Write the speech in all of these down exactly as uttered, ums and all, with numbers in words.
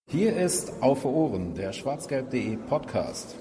Hier ist Auf Ohren, der schwarzgelb.de Podcast.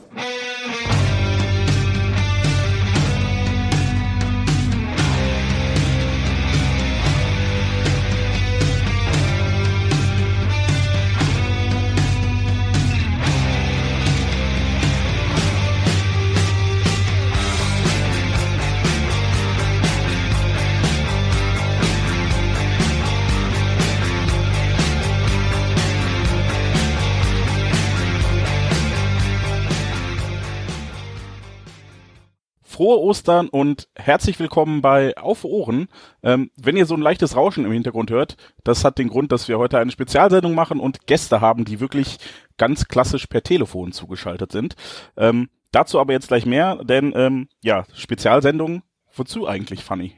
Frohe Ostern und herzlich willkommen bei Auf Ohren. Ähm, wenn ihr so ein leichtes Rauschen im Hintergrund hört, das hat den Grund, dass wir heute eine Spezialsendung machen und Gäste haben, die wirklich ganz klassisch per Telefon zugeschaltet sind. Ähm, dazu aber jetzt gleich mehr, denn ähm, ja, Spezialsendung, wozu eigentlich, Fanny?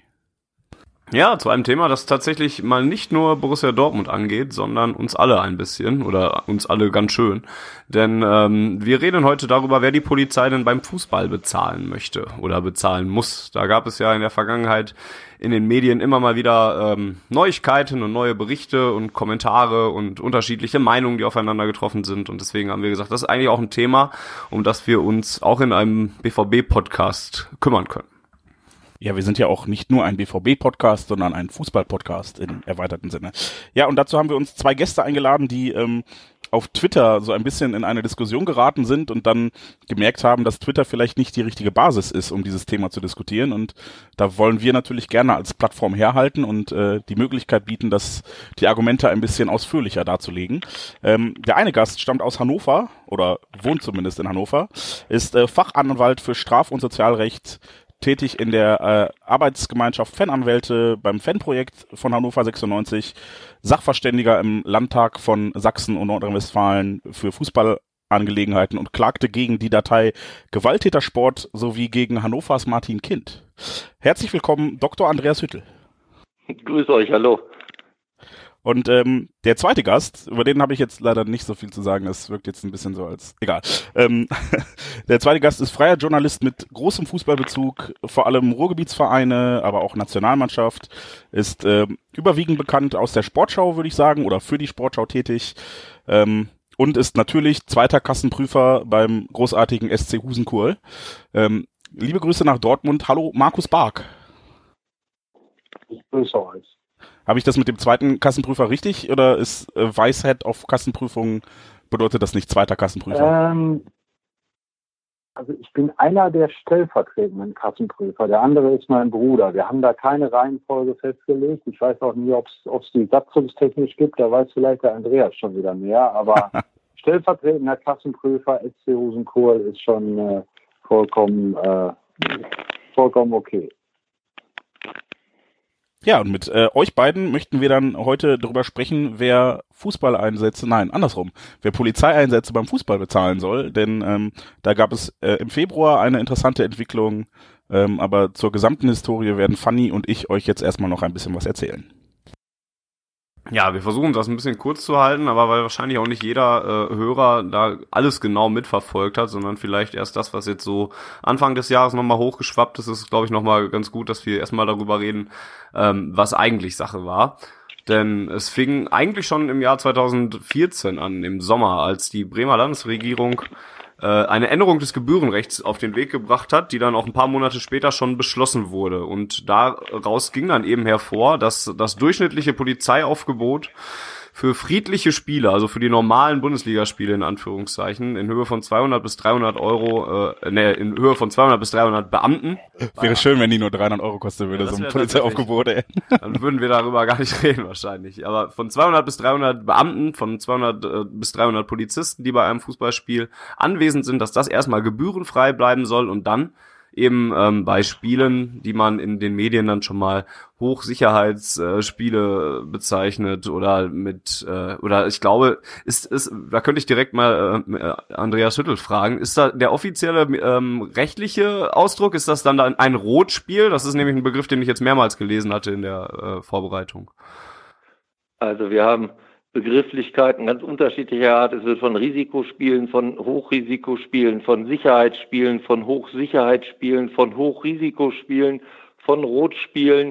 Ja, zu einem Thema, das tatsächlich mal nicht nur Borussia Dortmund angeht, sondern uns alle ein bisschen oder uns alle ganz schön. Denn ähm, wir reden heute darüber, wer die Polizei denn beim Fußball bezahlen möchte oder bezahlen muss. Da gab es ja in der Vergangenheit in den Medien immer mal wieder ähm, Neuigkeiten und neue Berichte und Kommentare und unterschiedliche Meinungen, die aufeinander getroffen sind. Und deswegen haben wir gesagt, das ist eigentlich auch ein Thema, um das wir uns auch in einem B V B-Podcast kümmern können. Ja, wir sind ja auch nicht nur ein B V B-Podcast, sondern ein Fußball-Podcast im erweiterten Sinne. Ja, und dazu haben wir uns zwei Gäste eingeladen, die ähm, auf Twitter so ein bisschen in eine Diskussion geraten sind und dann gemerkt haben, dass Twitter vielleicht nicht die richtige Basis ist, um dieses Thema zu diskutieren. Und da wollen wir natürlich gerne als Plattform herhalten und äh, die Möglichkeit bieten, dass die Argumente ein bisschen ausführlicher darzulegen. Ähm, der eine Gast stammt aus Hannover oder wohnt zumindest in Hannover, ist äh, Fachanwalt für Straf- und Sozialrecht, tätig in der äh, Arbeitsgemeinschaft Fananwälte beim Fanprojekt von Hannover sechsundneunzig, Sachverständiger im Landtag von Sachsen und Nordrhein-Westfalen für Fußballangelegenheiten und klagte gegen die Datei Gewalttätersport sowie gegen Hannovers Martin Kind. Herzlich willkommen, Doktor Andreas Hüttel. Grüß euch, hallo. Und ähm, der zweite Gast, über den habe ich jetzt leider nicht so viel zu sagen, das wirkt jetzt ein bisschen so als, egal. Ähm, der zweite Gast ist freier Journalist mit großem Fußballbezug, vor allem Ruhrgebietsvereine, aber auch Nationalmannschaft, ist ähm, überwiegend bekannt aus der Sportschau, würde ich sagen, oder für die Sportschau tätig, ähm, und ist natürlich zweiter Kassenprüfer beim großartigen S C Husenkurl. Ähm, liebe Grüße nach Dortmund, hallo Markus Bark. Ich grüße euch. Habe ich das mit dem zweiten Kassenprüfer richtig oder ist äh, Weisheit auf Kassenprüfungen, bedeutet das nicht zweiter Kassenprüfer? Ähm, also ich bin einer der stellvertretenden Kassenprüfer. Der andere ist mein Bruder. Wir haben da keine Reihenfolge festgelegt. Ich weiß auch nicht, ob es die satzungstechnisch gibt. Da weiß vielleicht der Andreas schon wieder mehr. Aber stellvertretender Kassenprüfer S C Husenkurl ist schon äh, vollkommen, äh, vollkommen okay. Ja, und mit äh, euch beiden möchten wir dann heute darüber sprechen, wer Fußballeinsätze, nein, andersrum, wer Polizeieinsätze beim Fußball bezahlen soll, denn ähm, da gab es äh, im Februar eine interessante Entwicklung, ähm, aber zur gesamten Historie werden Fanny und ich euch jetzt erstmal noch ein bisschen was erzählen. Ja, wir versuchen das ein bisschen kurz zu halten, aber weil wahrscheinlich auch nicht jeder äh, Hörer da alles genau mitverfolgt hat, sondern vielleicht erst das, was jetzt so Anfang des Jahres nochmal hochgeschwappt ist, ist, glaube ich, nochmal ganz gut, dass wir erstmal darüber reden, ähm, was eigentlich Sache war. Denn es fing eigentlich schon im Jahr zweitausendvierzehn an, im Sommer, als die Bremer Landesregierung äh, eine Änderung des Gebührenrechts auf den Weg gebracht hat, die dann auch ein paar Monate später schon beschlossen wurde. Und daraus ging dann eben hervor, dass das durchschnittliche Polizeiaufgebot für friedliche Spiele, also für die normalen Bundesligaspiele in Anführungszeichen, in Höhe von zweihundert bis dreihundert Euro, äh, ne, in Höhe von zweihundert bis dreihundert Beamten. Wäre schön, wenn die nur dreihundert Euro kosten würde, ja, so ein Polizeiaufgebot, ey. Dann würden wir darüber gar nicht reden wahrscheinlich. Aber von zweihundert bis dreihundert Beamten, von zweihundert äh, bis dreihundert Polizisten, die bei einem Fußballspiel anwesend sind, dass das erstmal gebührenfrei bleiben soll und dann eben ähm, bei Spielen, die man in den Medien dann schon mal Hochsicherheitsspiele äh, bezeichnet oder mit äh, oder ich glaube, ist ist da könnte ich direkt mal äh, Andreas Hüttel fragen, ist da der offizielle ähm, rechtliche Ausdruck, ist das dann, dann ein Rotspiel? Das ist nämlich ein Begriff, den ich jetzt mehrmals gelesen hatte in der äh, Vorbereitung. Also wir haben Begrifflichkeiten ganz unterschiedlicher Art. Es wird von Risikospielen, von Hochrisikospielen, von Sicherheitsspielen, von Hochsicherheitsspielen, von Hochrisikospielen, von Rotspielen,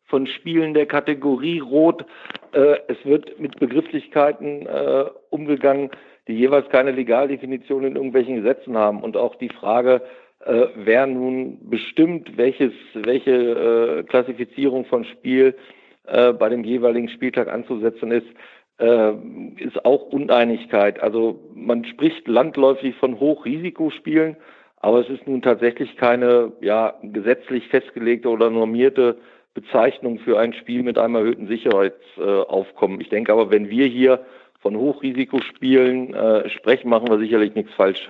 von Spielen der Kategorie Rot. Äh, es wird mit Begrifflichkeiten äh, umgegangen, die jeweils keine Legaldefinition in irgendwelchen Gesetzen haben. Und auch die Frage, äh, wer nun bestimmt, welches, welche äh, Klassifizierung von Spiel äh, bei dem jeweiligen Spieltag anzusetzen ist, äh, ist auch Uneinigkeit. Also man spricht landläufig von Hochrisikospielen, aber es ist nun tatsächlich keine ja, gesetzlich festgelegte oder normierte Bezeichnung für ein Spiel mit einem erhöhten Sicherheitsaufkommen. Ich denke aber, wenn wir hier von Hochrisikospielen äh, sprechen, machen wir sicherlich nichts falsch.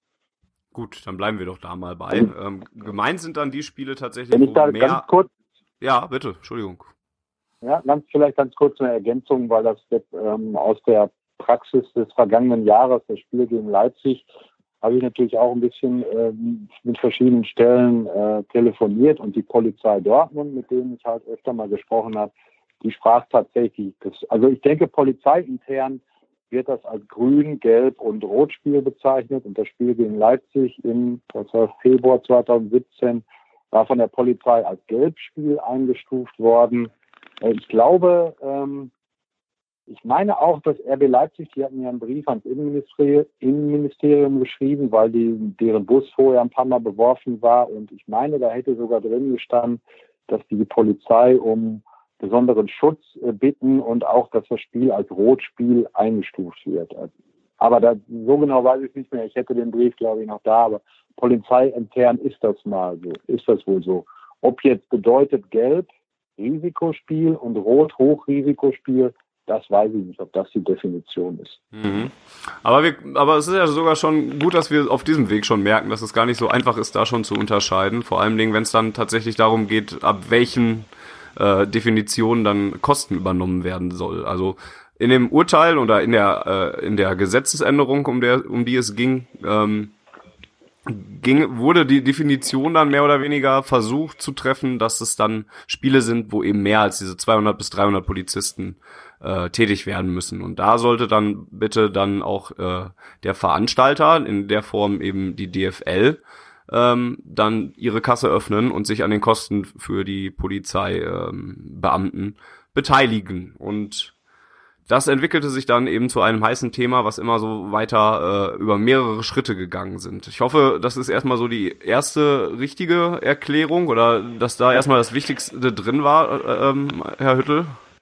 Gut, dann bleiben wir doch da mal bei. Ähm, gemeint sind dann die Spiele tatsächlich, Wenn ich wo da mehr... ganz kurz, Ja, bitte, Entschuldigung. ja, ganz, vielleicht ganz kurz eine Ergänzung, weil das jetzt ähm, aus der Praxis des vergangenen Jahres, das Spiel gegen Leipzig, habe ich natürlich auch ein bisschen ähm, mit verschiedenen Stellen äh, telefoniert, und die Polizei Dortmund, mit denen ich halt öfter mal gesprochen habe, die sprach tatsächlich, das, also ich denke, polizeiintern wird das als Grün-, Gelb- und Rotspiel bezeichnet, und das Spiel gegen Leipzig im das war Februar zweitausendsiebzehn war von der Polizei als Gelbspiel eingestuft worden. Äh, ich glaube, ähm, ich meine auch, dass R B Leipzig, die hatten ja einen Brief ans Innenministerium, Innenministerium geschrieben, weil die, deren Bus vorher ein paar Mal beworfen war, und ich meine, da hätte sogar drin gestanden, dass die Polizei um besonderen Schutz äh, bitten und auch, dass das Spiel als Rotspiel eingestuft wird. Aber da, so genau weiß ich es nicht mehr. Ich hätte den Brief, glaube ich, noch da, aber polizeiintern ist das mal so, ist das wohl so. Ob jetzt bedeutet Gelb Risikospiel und Rot Hochrisikospiel, das weiß ich nicht, ob das die Definition ist. Mhm. Aber, wir, aber es ist ja sogar schon gut, dass wir auf diesem Weg schon merken, dass es gar nicht so einfach ist, da schon zu unterscheiden. Vor allem, wenn es dann tatsächlich darum geht, ab welchen äh, Definitionen dann Kosten übernommen werden soll. Also in dem Urteil oder in der äh, in der Gesetzesänderung, um der um die es ging, ähm, ging, wurde die Definition dann mehr oder weniger versucht zu treffen, dass es dann Spiele sind, wo eben mehr als diese zweihundert bis dreihundert Polizisten äh, tätig werden müssen. Und da sollte dann bitte dann auch äh, der Veranstalter, in der Form eben die D F L, ähm, dann ihre Kasse öffnen und sich an den Kosten für die Polizeibeamten ähm, beteiligen. Und das entwickelte sich dann eben zu einem heißen Thema, was immer so weiter äh, über mehrere Schritte gegangen sind. Ich hoffe, das ist erstmal so die erste richtige Erklärung, oder dass da erstmal das Wichtigste drin war, äh, ähm, Herr Hüttel.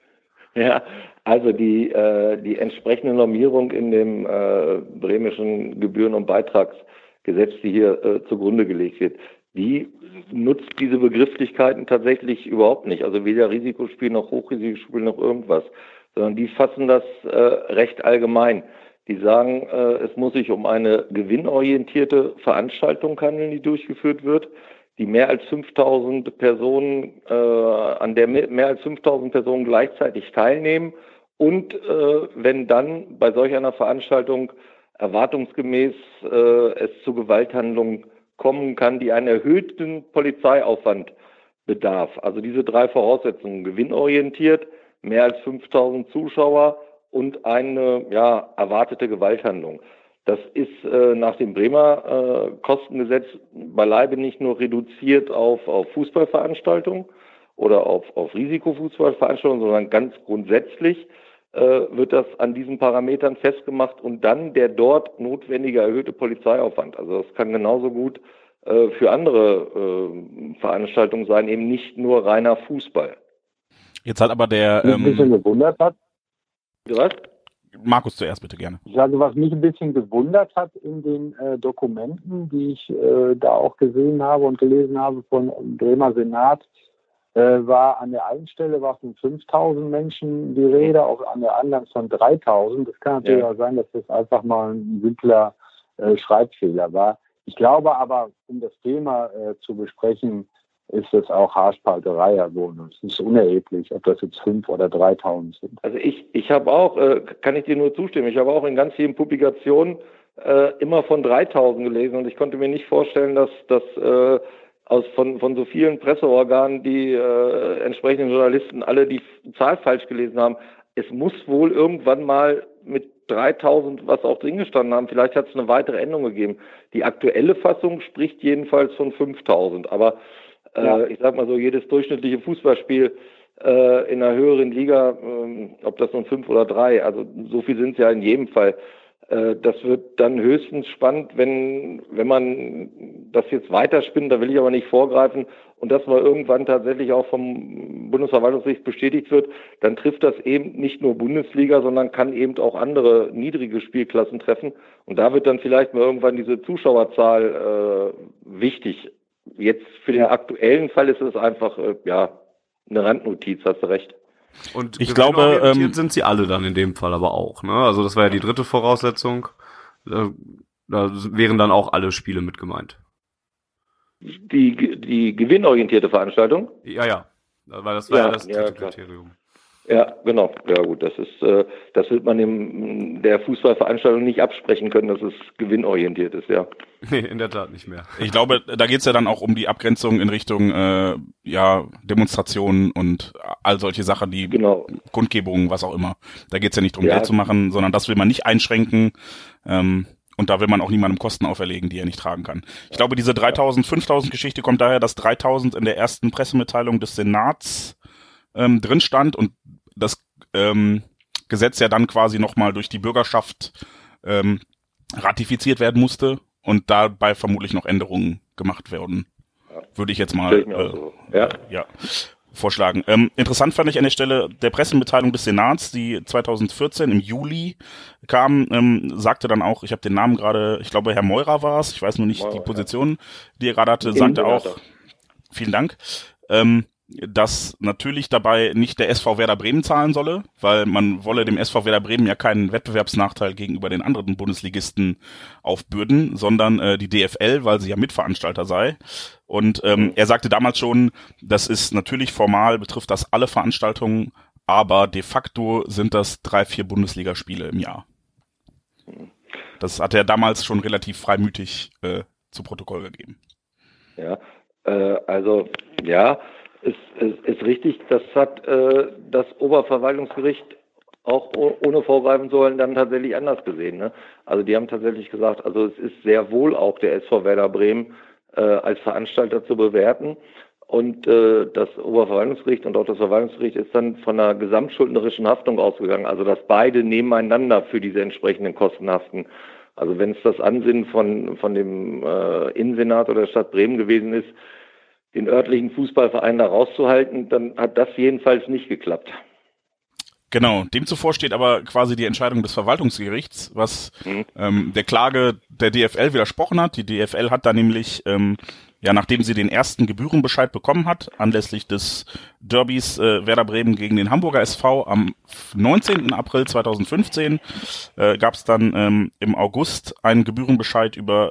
Ja, also die, äh, die entsprechende Normierung in dem äh, bremischen Gebühren- und Beitragsgesetz, die hier äh, zugrunde gelegt wird, die nutzt diese Begrifflichkeiten tatsächlich überhaupt nicht. Also weder Risikospiel noch Hochrisikospiel noch irgendwas, sondern die fassen das äh, recht allgemein. Die sagen, äh, es muss sich um eine gewinnorientierte Veranstaltung handeln, die durchgeführt wird, die mehr als fünftausend Personen, äh, an der mehr als fünftausend Personen gleichzeitig teilnehmen, und äh, wenn dann bei solch einer Veranstaltung erwartungsgemäß äh, es zu Gewalthandlungen kommen kann, die einen erhöhten Polizeiaufwand bedarf. Also diese drei Voraussetzungen: gewinnorientiert, mehr als fünftausend Zuschauer und eine ja, erwartete Gewalthandlung. Das ist äh, nach dem Bremer äh, Kostengesetz beileibe nicht nur reduziert auf, auf Fußballveranstaltungen oder auf, auf Risikofußballveranstaltungen, sondern ganz grundsätzlich äh, wird das an diesen Parametern festgemacht, und dann der dort notwendige erhöhte Polizeiaufwand. Also das kann genauso gut äh, für andere äh, Veranstaltungen sein, eben nicht nur reiner Fußball. Jetzt hat aber der... Was mich ein bisschen Ähm, gewundert hat. Was? Markus zuerst bitte gerne. Ich sage, was mich ein bisschen gewundert hat in den äh, Dokumenten, die ich äh, da auch gesehen habe und gelesen habe von Bremer Senat, äh, war an der einen Stelle war von fünftausend Menschen die Rede, auch an der anderen von dreitausend. Das kann natürlich Ja. auch sein, dass das einfach mal ein simpler äh, Schreibfehler war. Ich glaube aber, um das Thema äh, zu besprechen, ist es auch Haarspalterei, also es ist unerheblich, ob das jetzt fünf oder dreitausend sind. Also ich, ich habe auch, äh, kann ich dir nur zustimmen, ich habe auch in ganz vielen Publikationen äh, immer von dreitausend gelesen, und ich konnte mir nicht vorstellen, dass das äh, aus von, von so vielen Presseorganen, die äh, entsprechenden Journalisten alle die Zahl falsch gelesen haben. Es muss wohl irgendwann mal mit dreitausend was auch drin gestanden haben. Vielleicht hat es eine weitere Änderung gegeben. Die aktuelle Fassung spricht jedenfalls von fünftausend, aber Ja. Ich sag mal so, jedes durchschnittliche Fußballspiel äh, in einer höheren Liga, äh, ob das nun fünf oder drei, also so viel sind es ja in jedem Fall. Äh, das wird dann höchstens spannend, wenn wenn man das jetzt weiterspinnt, da will ich aber nicht vorgreifen, und das mal irgendwann tatsächlich auch vom Bundesverwaltungsgericht bestätigt wird, dann trifft das eben nicht nur Bundesliga, sondern kann eben auch andere niedrige Spielklassen treffen. Und da wird dann vielleicht mal irgendwann diese Zuschauerzahl äh, wichtig. Jetzt für den aktuellen Fall ist es einfach, äh, ja, eine Randnotiz, hast du recht. Und ich glaube, ähm, sind sie alle dann in dem Fall aber auch, ne? Also das war ja die dritte Voraussetzung. Da, da wären dann auch alle Spiele mit gemeint. Die, die gewinnorientierte Veranstaltung? Ja, ja. Weil das war ja, ja das dritte ja, Kriterium. Ja, genau. Ja gut, das ist, äh, das wird man in der Fußballveranstaltung nicht absprechen können, dass es gewinnorientiert ist, ja. Nee, in der Tat nicht mehr. Ich glaube, da geht's ja dann auch um die Abgrenzung in Richtung äh, ja Demonstrationen und all solche Sachen, die genau. Kundgebungen, was auch immer. Da geht's ja nicht darum, ja. Geld zu machen, sondern das will man nicht einschränken. Ähm, und da will man auch niemandem Kosten auferlegen, die er nicht tragen kann. Ich glaube, diese dreitausend, fünftausend Geschichte kommt daher, dass dreitausend in der ersten Pressemitteilung des Senats ähm, drin stand und das ähm, Gesetz ja dann quasi nochmal durch die Bürgerschaft ähm, ratifiziert werden musste und dabei vermutlich noch Änderungen gemacht werden. Ja. Würde ich jetzt mal ich äh, so. ja. ja, vorschlagen. Ähm, interessant fand ich an der Stelle der Pressemitteilung des Senats, die zweitausendvierzehn im Juli kam, ähm, sagte dann auch, ich habe den Namen gerade, ich glaube Herr Meurer war es, ich weiß nur nicht Meurer, die Position, ja. die er gerade hatte, sagte auch, vielen Dank, ähm, dass natürlich dabei nicht der S V Werder Bremen zahlen solle, weil man wolle dem S V Werder Bremen ja keinen Wettbewerbsnachteil gegenüber den anderen Bundesligisten aufbürden, sondern äh, die D F L, weil sie ja Mitveranstalter sei. Und ähm, er sagte damals schon, das ist natürlich formal, betrifft das alle Veranstaltungen, aber de facto sind das drei, vier Bundesligaspiele im Jahr. Das hat er damals schon relativ freimütig äh, zu Protokoll gegeben. Ja, äh, also ja, Ist, ist, ist richtig, das hat äh, das Oberverwaltungsgericht auch ohne vorgreifen sollen dann tatsächlich anders gesehen. Ne? Also die haben tatsächlich gesagt, also es ist sehr wohl auch der S V Werder Bremen äh, als Veranstalter zu bewerten. Und äh, das Oberverwaltungsgericht und auch das Verwaltungsgericht ist dann von einer gesamtschuldnerischen Haftung ausgegangen. Also dass beide nebeneinander für diese entsprechenden Kosten haften. Also wenn es das Ansinnen von, von dem äh, Innensenator der Stadt Bremen gewesen ist, den örtlichen Fußballverein da rauszuhalten, dann hat das jedenfalls nicht geklappt. Genau, demzuvor steht aber quasi die Entscheidung des Verwaltungsgerichts, was mhm. ähm, der Klage der D F L widersprochen hat. Die D F L hat da nämlich, ähm, ja, nachdem sie den ersten Gebührenbescheid bekommen hat, anlässlich des Derbys äh, Werder Bremen gegen den Hamburger S V am neunzehnten April zweitausendfünfzehn, äh, gab es dann ähm, im August einen Gebührenbescheid über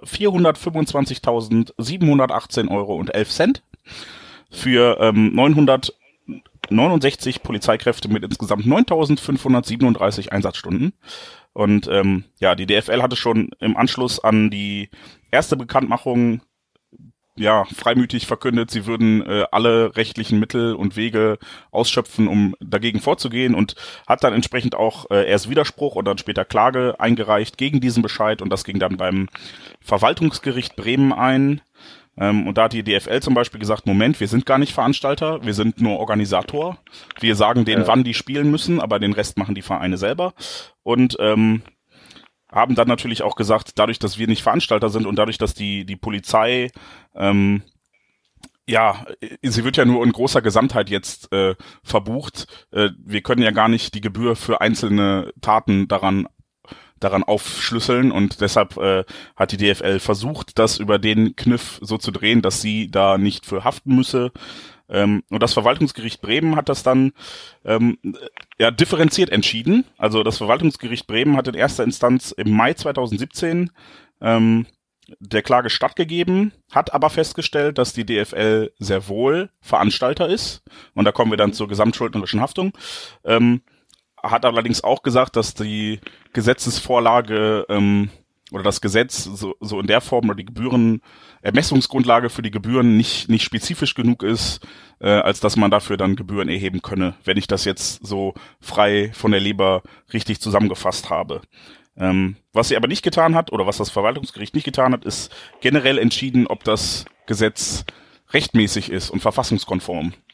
vierhundertfünfundzwanzigtausendsiebenhundertachtzehn Euro und elf Cent für ähm, neunhundertneunundsechzig Polizeikräfte mit insgesamt neuntausendfünfhundertsiebenunddreißig Einsatzstunden. Und ähm, ja, die D F L hatte schon im Anschluss an die erste Bekanntmachung ja freimütig verkündet, sie würden äh, alle rechtlichen Mittel und Wege ausschöpfen, um dagegen vorzugehen, und hat dann entsprechend auch äh, erst Widerspruch und dann später Klage eingereicht gegen diesen Bescheid, und das ging dann beim Verwaltungsgericht Bremen ein. Ähm, und da hat die D F L zum Beispiel gesagt, Moment, wir sind gar nicht Veranstalter, wir sind nur Organisator. Wir sagen denen, ja. wann die spielen müssen, aber den Rest machen die Vereine selber. Und ähm, haben dann natürlich auch gesagt, dadurch, dass wir nicht Veranstalter sind und dadurch, dass die die Polizei, ähm, ja, sie wird ja nur in großer Gesamtheit jetzt äh, verbucht. Äh, wir können ja gar nicht die Gebühr für einzelne Taten daran daran aufschlüsseln, und deshalb äh, hat die D F L versucht, das über den Kniff so zu drehen, dass sie da nicht für haften müsse. Ähm, und das Verwaltungsgericht Bremen hat das dann ähm, ja differenziert entschieden. Also das Verwaltungsgericht Bremen hat in erster Instanz im Mai zweitausendsiebzehn ähm, der Klage stattgegeben, hat aber festgestellt, dass die D F L sehr wohl Veranstalter ist. Und da kommen wir dann zur gesamtschuldnerischen Haftung. Ähm, hat allerdings auch gesagt, dass die Gesetzesvorlage ähm, oder das Gesetz so, so in der Form oder die Gebührenermessungsgrundlage für die Gebühren nicht nicht spezifisch genug ist, äh, als dass man dafür dann Gebühren erheben könne, wenn ich das jetzt so frei von der Leber richtig zusammengefasst habe. Ähm, was sie aber nicht getan hat, oder was das Verwaltungsgericht nicht getan hat, ist generell entschieden, ob das Gesetz rechtmäßig ist und verfassungskonform.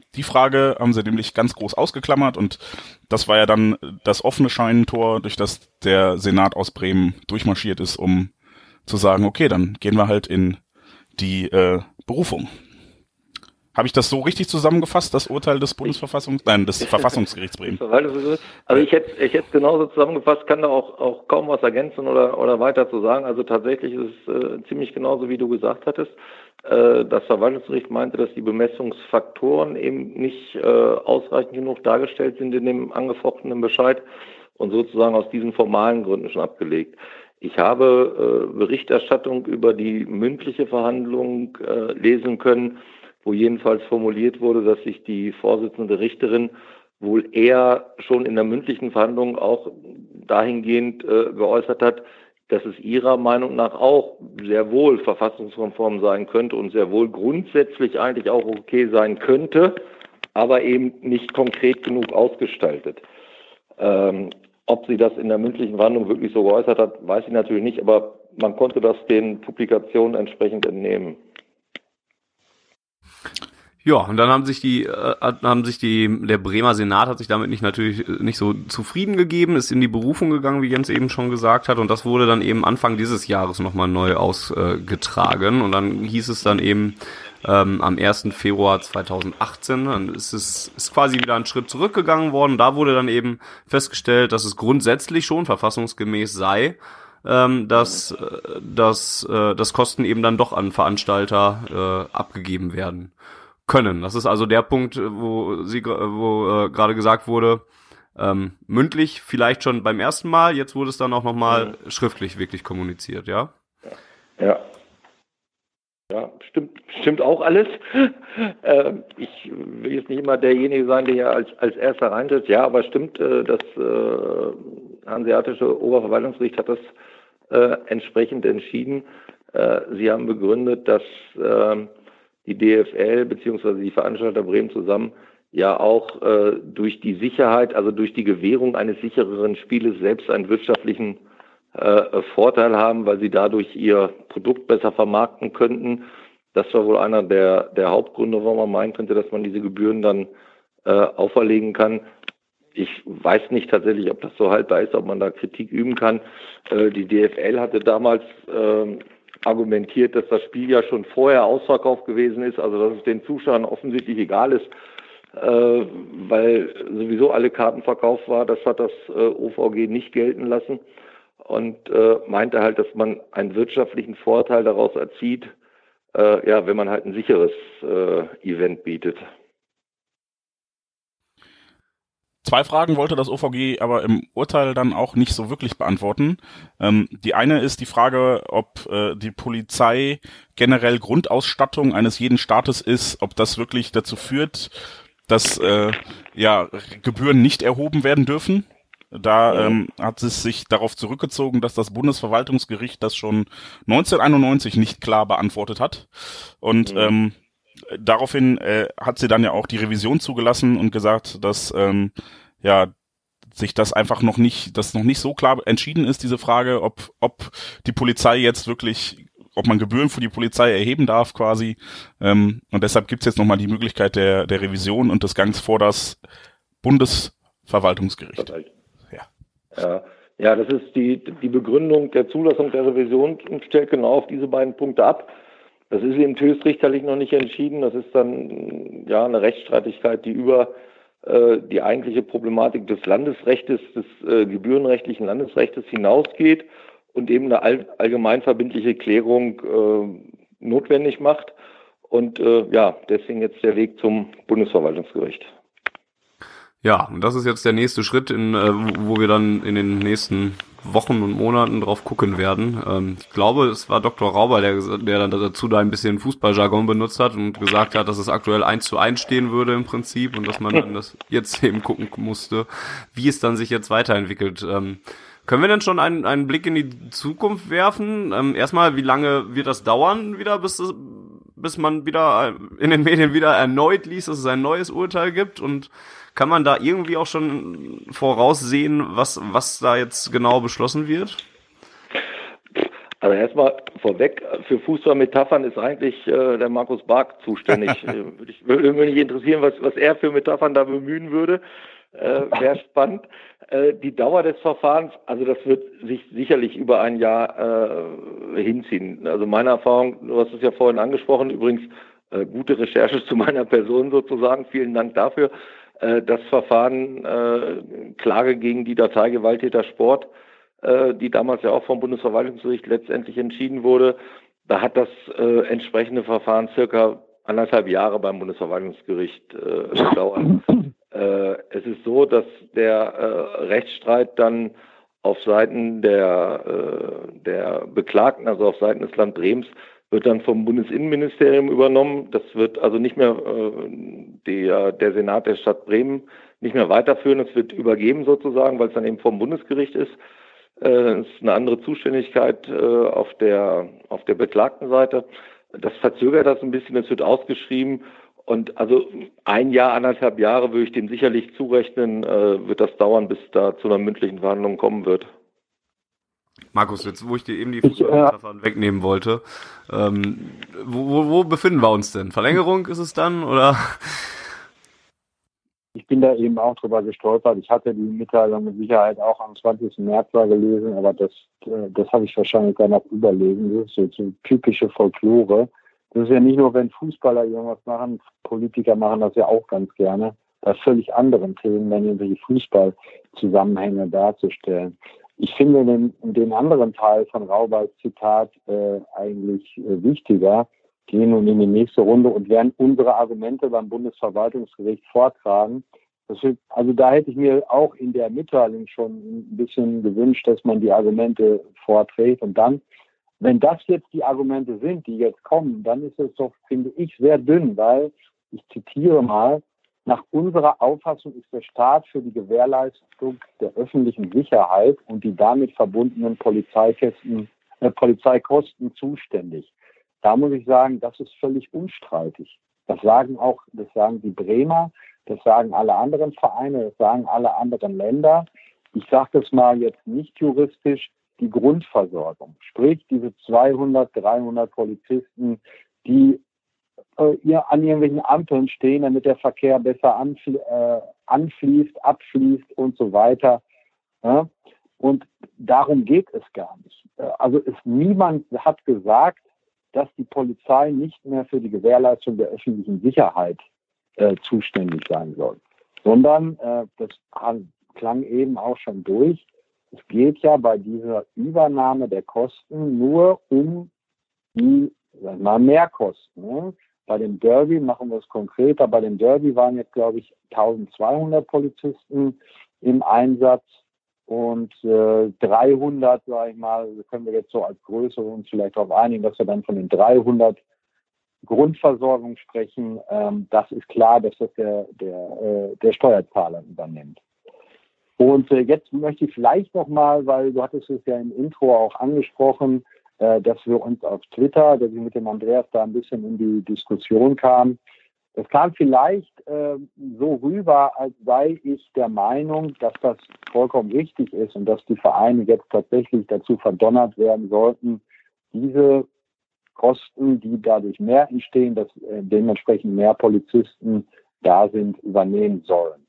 Die Frage haben sie nämlich ganz groß ausgeklammert und das war ja dann das offene Scheunentor, durch das der Senat aus Bremen durchmarschiert ist, um zu sagen, okay, dann gehen wir halt in die äh, Berufung. Habe ich das so richtig zusammengefasst, das Urteil des Bundesverfassungs... Nein, des Verfassungsgerichts Bremen? Also ich hätte ich hätte es genauso zusammengefasst, kann da auch, auch kaum was ergänzen oder, oder weiter zu sagen. Also tatsächlich ist es äh, ziemlich genauso, wie du gesagt hattest. Äh, das Verwaltungsgericht meinte, dass die Bemessungsfaktoren eben nicht äh, ausreichend genug dargestellt sind in dem angefochtenen Bescheid und sozusagen aus diesen formalen Gründen schon abgelegt. Ich habe äh, Berichterstattung über die mündliche Verhandlung äh, lesen können, wo jedenfalls formuliert wurde, dass sich die Vorsitzende Richterin wohl eher schon in der mündlichen Verhandlung auch dahingehend äh, geäußert hat, dass es ihrer Meinung nach auch sehr wohl verfassungskonform sein könnte und sehr wohl grundsätzlich eigentlich auch okay sein könnte, aber eben nicht konkret genug ausgestaltet. Ähm, ob sie das in der mündlichen Verhandlung wirklich so geäußert hat, weiß ich natürlich nicht, aber man konnte das den Publikationen entsprechend entnehmen. Ja, und dann haben sich die, äh, haben sich die, der Bremer Senat hat sich damit nicht natürlich nicht so zufrieden gegeben, ist in die Berufung gegangen, wie Jens eben schon gesagt hat, und das wurde dann eben Anfang dieses Jahres nochmal neu ausgetragen, und dann hieß es dann eben ähm, am ersten Februar zweitausendachtzehn, dann ist es ist quasi wieder ein Schritt zurückgegangen worden, da wurde dann eben festgestellt, dass es grundsätzlich schon verfassungsgemäß sei, ähm, dass, äh, dass, äh, dass Kosten eben dann doch an Veranstalter äh, abgegeben werden können. Das ist also der Punkt, wo sie, wo äh, gerade gesagt wurde, ähm, mündlich vielleicht schon beim ersten Mal, jetzt wurde es dann auch nochmal mhm. schriftlich wirklich kommuniziert, ja? Ja. Ja, stimmt, stimmt auch alles. äh, ich will jetzt nicht immer derjenige sein, der ja als, als erster reintritt. Ja, aber stimmt, äh, das äh, Hanseatische Oberverwaltungsgericht hat das äh, entsprechend entschieden. Äh, sie haben begründet, dass äh, die D F L bzw. die Veranstalter Bremen zusammen ja auch äh, durch die Sicherheit, also durch die Gewährung eines sichereren Spieles selbst einen wirtschaftlichen äh, Vorteil haben, weil sie dadurch ihr Produkt besser vermarkten könnten. Das war wohl einer der, der Hauptgründe, warum man meinen könnte, dass man diese Gebühren dann äh, auferlegen kann. Ich weiß nicht tatsächlich, ob das so haltbar ist, ob man da Kritik üben kann. Äh, die D F L hatte damals äh, argumentiert, dass das Spiel ja schon vorher ausverkauft gewesen ist, also dass es den Zuschauern offensichtlich egal ist, äh, weil sowieso alle Karten verkauft war. Das hat das äh, O V G nicht gelten lassen und äh, meinte halt, dass man einen wirtschaftlichen Vorteil daraus erzieht, äh, ja, wenn man halt ein sicheres äh, Event bietet. Zwei Fragen wollte das O V G aber im Urteil dann auch nicht so wirklich beantworten. Ähm, die eine ist die Frage, ob äh, die Polizei generell Grundausstattung eines jeden Staates ist, ob das wirklich dazu führt, dass äh, ja Gebühren nicht erhoben werden dürfen. Da ähm, hat es sich darauf zurückgezogen, dass das Bundesverwaltungsgericht das schon neunzehnhunderteinundneunzig nicht klar beantwortet hat. Und mhm. ähm, daraufhin äh, hat sie dann ja auch die Revision zugelassen und gesagt, dass ähm, ja sich das einfach noch nicht, dass noch nicht so klar entschieden ist, diese Frage, ob ob die Polizei jetzt wirklich, ob man Gebühren für die Polizei erheben darf quasi. Ähm, und deshalb gibt's jetzt nochmal die Möglichkeit der der Revision und des Gangs vor das Bundesverwaltungsgericht. Ja. Ja. Ja, das ist die die Begründung der Zulassung der Revision und stellt genau auf diese beiden Punkte ab. Das ist eben höchstrichterlich noch nicht entschieden. Das ist dann ja eine Rechtsstreitigkeit, die über äh, die eigentliche Problematik des Landesrechtes, des äh, gebührenrechtlichen Landesrechtes hinausgeht und eben eine all, allgemeinverbindliche Klärung äh, notwendig macht. Und äh, ja, deswegen jetzt der Weg zum Bundesverwaltungsgericht. Ja, und das ist jetzt der nächste Schritt, in, äh, wo wir dann in den nächsten Wochen und Monaten drauf gucken werden. Ähm, ich glaube, es war Doktor Rauber, der, der dann dazu da ein bisschen Fußballjargon benutzt hat und gesagt hat, dass es aktuell eins zu eins stehen würde im Prinzip und dass man dann das jetzt eben gucken musste, wie es dann sich jetzt weiterentwickelt. Ähm, können wir denn schon einen, einen Blick in die Zukunft werfen? Ähm, erstmal, wie lange wird das dauern wieder, bis es, bis man wieder in den Medien wieder erneut liest, dass es ein neues Urteil gibt, und kann man da irgendwie auch schon voraussehen, was was da jetzt genau beschlossen wird? Also erstmal vorweg, für Fußballmetaphern ist eigentlich äh, der Markus Bark zuständig. würde, ich, würde mich interessieren, was, was er für Metaphern da bemühen würde. Äh, Wäre spannend. Äh, die Dauer des Verfahrens, also das wird sich sicherlich über ein Jahr äh, hinziehen. Also meine Erfahrung, du hast es ja vorhin angesprochen, übrigens äh, gute Recherche zu meiner Person sozusagen, vielen Dank dafür. Äh, das Verfahren äh, Klage gegen die Datei Gewalttäter Sport, die damals ja auch vom Bundesverwaltungsgericht letztendlich entschieden wurde. Da hat das äh, entsprechende Verfahren circa anderthalb Jahre beim Bundesverwaltungsgericht äh, gedauert. äh, es ist so, dass der äh, Rechtsstreit dann auf Seiten der, äh, der Beklagten, also auf Seiten des Land Bremens, wird dann vom Bundesinnenministerium übernommen. Das wird also nicht mehr äh, der, der Senat der Stadt Bremen nicht mehr weiterführen. Es wird übergeben sozusagen, weil es dann eben vom Bundesgericht ist. Es ist eine andere Zuständigkeit äh, auf der auf der beklagten Seite. Das verzögert das ein bisschen, es wird ausgeschrieben und also ein Jahr, anderthalb Jahre würde ich dem sicherlich zurechnen, äh, wird das dauern, bis da zu einer mündlichen Verhandlung kommen wird. Markus, jetzt wo ich dir eben die Fußballmetaphern äh, wegnehmen wollte, ähm, wo, wo, wo befinden wir uns denn? Verlängerung ist es dann oder? Ich bin da eben auch drüber gestolpert. Ich hatte die Mitteilung mit Sicherheit auch am zwanzigsten März gelesen, aber das, das habe ich wahrscheinlich gar noch überlegen. Das ist so, so typische Folklore. Das ist ja nicht nur, wenn Fußballer irgendwas machen, Politiker machen das ja auch ganz gerne, bei völlig anderen Themen, wenn irgendwelche Fußballzusammenhänge darzustellen. Ich finde den, den anderen Teil von Rauberts Zitat äh, eigentlich äh, wichtiger. Gehen nun in die nächste Runde und werden unsere Argumente beim Bundesverwaltungsgericht vortragen. Das wird, also da hätte ich mir auch in der Mitteilung schon ein bisschen gewünscht, dass man die Argumente vorträgt. Und dann, wenn das jetzt die Argumente sind, die jetzt kommen, dann ist es doch, finde ich, sehr dünn, weil, ich zitiere mal, nach unserer Auffassung ist der Staat für die Gewährleistung der öffentlichen Sicherheit und die damit verbundenen Polizeikosten, äh, Polizeikosten zuständig. Da muss ich sagen, das ist völlig unstreitig. Das sagen auch, das sagen die Bremer, das sagen alle anderen Vereine, das sagen alle anderen Länder. Ich sage das mal jetzt nicht juristisch, die Grundversorgung. Sprich, diese zweihundert, dreihundert Polizisten, die äh, ihr an irgendwelchen Ampeln stehen, damit der Verkehr besser anflie- äh, anfließt, abfließt und so weiter. Ja? Und darum geht es gar nicht. Also es, niemand hat gesagt, dass die Polizei nicht mehr für die Gewährleistung der öffentlichen Sicherheit äh, zuständig sein soll, sondern, äh, das klang eben auch schon durch, es geht ja bei dieser Übernahme der Kosten nur um die, sagen wir mal, Mehrkosten. Ne? Bei dem Derby machen wir es konkreter. Bei dem Derby waren jetzt, glaube ich, eintausendzweihundert Polizisten im Einsatz. Und äh, dreihundert, sage ich mal, können wir jetzt so als Größe uns vielleicht darauf einigen, dass wir dann von den dreihundert Grundversorgung sprechen. Ähm, das ist klar, dass das der, der, äh, der Steuerzahler übernimmt. Und äh, jetzt möchte ich vielleicht nochmal, weil du hattest es ja im Intro auch angesprochen, äh, dass wir uns auf Twitter, dass ich mit dem Andreas da ein bisschen in die Diskussion kam. Das kam vielleicht äh, so rüber, als sei ich der Meinung, dass das vollkommen richtig ist und dass die Vereine jetzt tatsächlich dazu verdonnert werden sollten, diese Kosten, die dadurch mehr entstehen, dass äh, dementsprechend mehr Polizisten da sind, übernehmen sollen.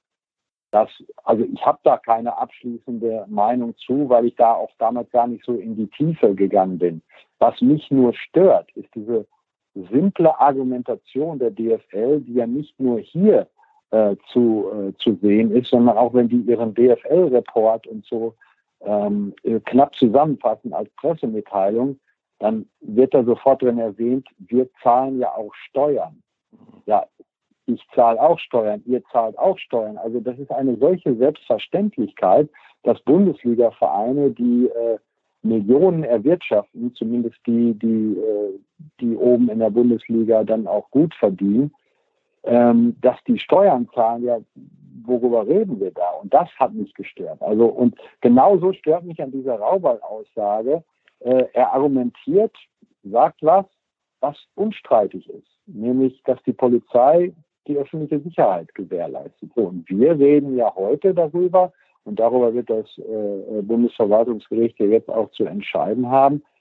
Das, also ich habe da keine abschließende Meinung zu, weil ich da auch damals gar nicht so in die Tiefe gegangen bin. Was mich nur stört, ist diese simple Argumentation der D F L, die ja nicht nur hier äh, zu, äh, zu sehen ist, sondern auch wenn die ihren D F L-Report und so ähm, knapp zusammenfassen als Pressemitteilung, dann wird da sofort drin erwähnt, wir zahlen ja auch Steuern. Ja, ich zahle auch Steuern, ihr zahlt auch Steuern. Also das ist eine solche Selbstverständlichkeit, dass Bundesliga-Vereine, die äh, Millionen erwirtschaften, zumindest die, die, die oben in der Bundesliga dann auch gut verdienen, ähm, dass die Steuern zahlen, ja, worüber reden wir da? Und das hat mich gestört. Also, und genauso stört mich an dieser Raubal-Aussage, äh, er argumentiert, sagt was, was unstreitig ist, nämlich, dass die Polizei die öffentliche Sicherheit gewährleistet. So, und wir reden ja heute darüber, und darüber wird das äh, Bundesverwaltungsgericht ja jetzt auch zu entscheiden haben,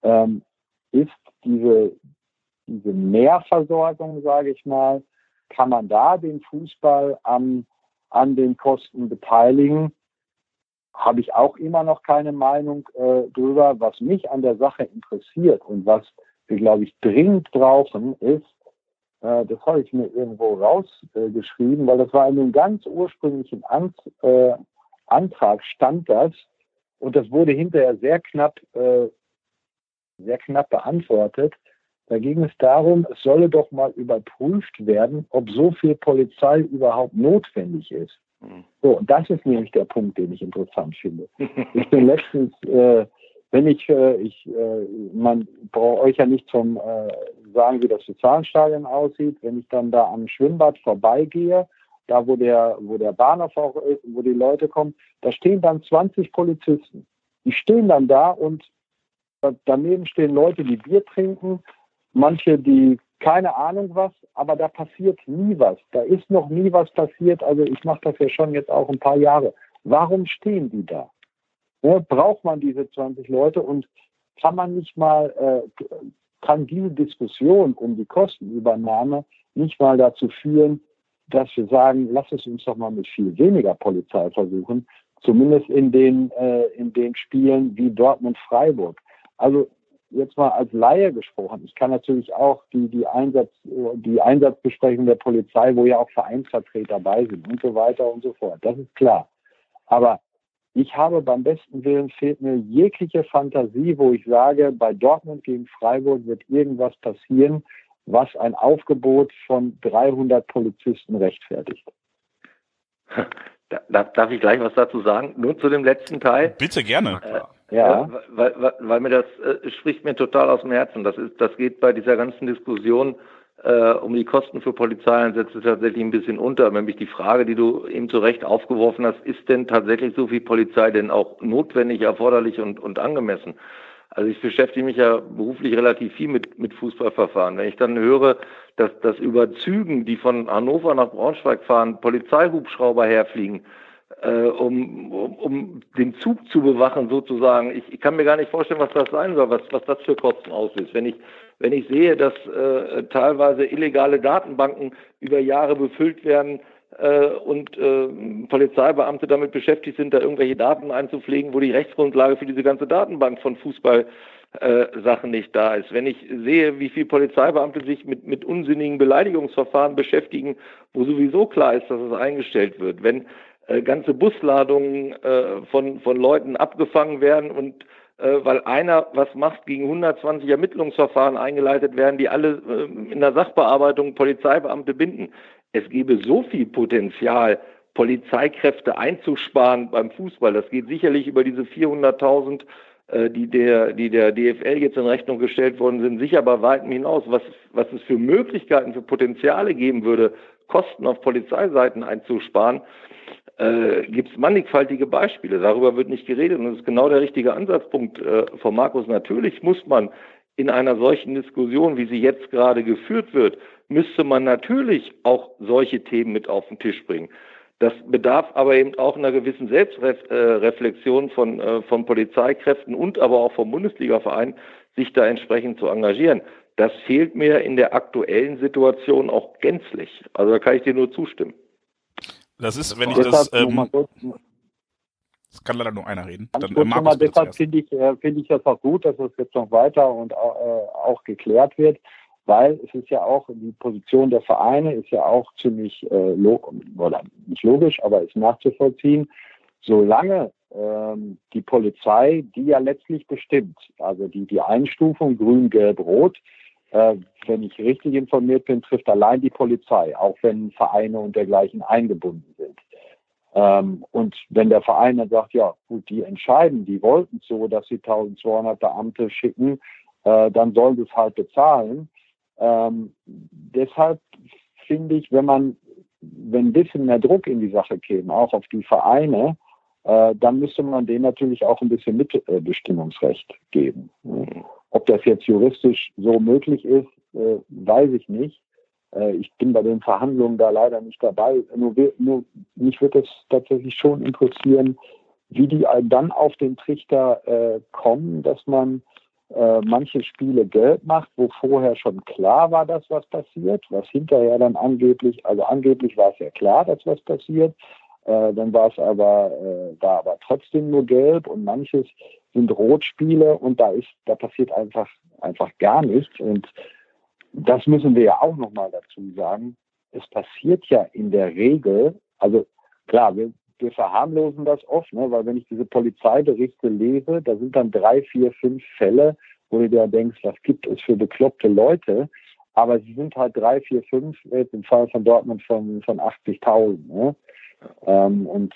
ähm, ist diese, diese Mehrversorgung, sage ich mal, kann man da den Fußball an, an den Kosten beteiligen? Habe ich auch immer noch keine Meinung äh, drüber. Was mich an der Sache interessiert und was wir, glaube ich, dringend brauchen, ist, äh, das habe ich mir irgendwo rausgeschrieben, äh, weil das war in einem ganz ursprünglichen An äh, Antrag stand das, und das wurde hinterher sehr knapp, äh, sehr knapp beantwortet. Da ging es darum, es solle doch mal überprüft werden, ob so viel Polizei überhaupt notwendig ist. So, und das ist nämlich der Punkt, den ich interessant finde. Ich bin letztens, äh, wenn ich, äh, ich äh, man braucht euch ja nicht zum äh, sagen, wie das Westfalenstadion aussieht, wenn ich dann da am Schwimmbad vorbeigehe, da wo der, wo der Bahnhof auch ist, wo die Leute kommen, da stehen dann zwanzig Polizisten. Die stehen dann da und daneben stehen Leute, die Bier trinken, manche, die keine Ahnung was, aber da passiert nie was. Da ist noch nie was passiert. Also ich mache das ja schon jetzt auch ein paar Jahre. Warum stehen die da? Ja, braucht man diese zwanzig Leute und kann man nicht mal, äh, kann diese Diskussion um die Kostenübernahme nicht mal dazu führen, dass wir sagen, lass es uns doch mal mit viel weniger Polizei versuchen, zumindest in den, äh, in den Spielen wie Dortmund-Freiburg. Also jetzt mal als Laie gesprochen, ich kann natürlich auch die, die, Einsatz, die Einsatzbesprechung der Polizei, wo ja auch Vereinsvertreter dabei sind und so weiter und so fort, das ist klar. Aber ich habe beim besten Willen, fehlt mir jegliche Fantasie, wo ich sage, bei Dortmund gegen Freiburg wird irgendwas passieren, was ein Aufgebot von dreihundert Polizisten rechtfertigt. Darf ich gleich was dazu sagen? Nur zu dem letzten Teil? Bitte, gerne. Äh, ja. Äh, weil, weil, weil mir das äh, spricht mir total aus dem Herzen. Das ist, das geht bei dieser ganzen Diskussion äh, um die Kosten für Polizeieinsätze tatsächlich ein bisschen unter. Nämlich die Frage, die du eben zu Recht aufgeworfen hast, ist denn tatsächlich so viel Polizei denn auch notwendig, erforderlich und, und angemessen? Also ich beschäftige mich ja beruflich relativ viel mit, mit Fußballverfahren. Wenn ich dann höre, dass, dass über Zügen, die von Hannover nach Braunschweig fahren, Polizeihubschrauber herfliegen, äh, um, um, um den Zug zu bewachen sozusagen. Ich, ich kann mir gar nicht vorstellen, was das sein soll, was, was das für Kosten auslöst. Wenn ich, wenn ich sehe, dass äh, teilweise illegale Datenbanken über Jahre befüllt werden, und äh, Polizeibeamte damit beschäftigt sind, da irgendwelche Daten einzupflegen, wo die Rechtsgrundlage für diese ganze Datenbank von Fußballsachen äh, nicht da ist. Wenn ich sehe, wie viele Polizeibeamte sich mit, mit unsinnigen Beleidigungsverfahren beschäftigen, wo sowieso klar ist, dass es eingestellt wird, wenn äh, ganze Busladungen äh, von, von Leuten abgefangen werden und äh, weil einer was macht, gegen hundertzwanzig Ermittlungsverfahren eingeleitet werden, die alle äh, in der Sachbearbeitung Polizeibeamte binden. Es gäbe so viel Potenzial, Polizeikräfte einzusparen beim Fußball. Das geht sicherlich über diese vierhunderttausend, äh, die der, die der D F L jetzt in Rechnung gestellt worden sind, sicher bei weitem hinaus. Was, was es für Möglichkeiten, für Potenziale geben würde, Kosten auf Polizeiseiten einzusparen, äh, gibt es mannigfaltige Beispiele. Darüber wird nicht geredet und das ist genau der richtige Ansatzpunkt äh, von Markus. Natürlich muss man in einer solchen Diskussion, wie sie jetzt gerade geführt wird, müsste man natürlich auch solche Themen mit auf den Tisch bringen. Das bedarf aber eben auch einer gewissen Selbstreflexion von, von Polizeikräften und aber auch vom Bundesligaverein, sich da entsprechend zu engagieren. Das fehlt mir in der aktuellen Situation auch gänzlich. Also da kann ich dir nur zustimmen. Das ist, wenn ich das... Ähm, es kann leider nur einer reden. Dann, äh, Markus, deshalb finde ich, äh, finde ich das auch gut, dass es jetzt noch weiter und äh, auch geklärt wird. Weil es ist ja auch, die Position der Vereine ist ja auch ziemlich, äh, log- oder nicht logisch, aber ist nachzuvollziehen. Solange ähm, die Polizei, die ja letztlich bestimmt, also die, die Einstufung grün, gelb, rot, äh, wenn ich richtig informiert bin, trifft allein die Polizei, auch wenn Vereine und dergleichen eingebunden sind. Ähm, und wenn der Verein dann sagt, ja gut, die entscheiden, die wollten es so, dass sie eintausendzweihundert Beamte schicken, äh, dann sollen sie es halt bezahlen. Ähm, deshalb finde ich, wenn man, wenn ein bisschen mehr Druck in die Sache käme, auch auf die Vereine, äh, dann müsste man denen natürlich auch ein bisschen Mitbestimmungsrecht geben. Ob das jetzt juristisch so möglich ist, äh, weiß ich nicht. Äh, ich bin bei den Verhandlungen da leider nicht dabei. Nur, nur mich würde es tatsächlich schon interessieren, wie die dann auf den Trichter äh, kommen, dass man äh, manche Spiele gelb macht, wo vorher schon klar war, dass was passiert, was hinterher dann angeblich, also angeblich war es ja klar, dass was passiert, äh, dann war es aber, äh, da aber trotzdem nur gelb und manches sind Rotspiele und da ist, da passiert einfach, einfach gar nichts und das müssen wir ja auch nochmal dazu sagen. Es passiert ja in der Regel, also klar, wir, wir verharmlosen das oft, ne, weil wenn ich diese Polizeiberichte lese, da sind dann drei, vier, fünf Fälle, wo du dir denkst, was gibt es für bekloppte Leute, aber sie sind halt drei, vier, fünf, jetzt im Fall von Dortmund von, von achtzigtausend. Ne? Ähm, und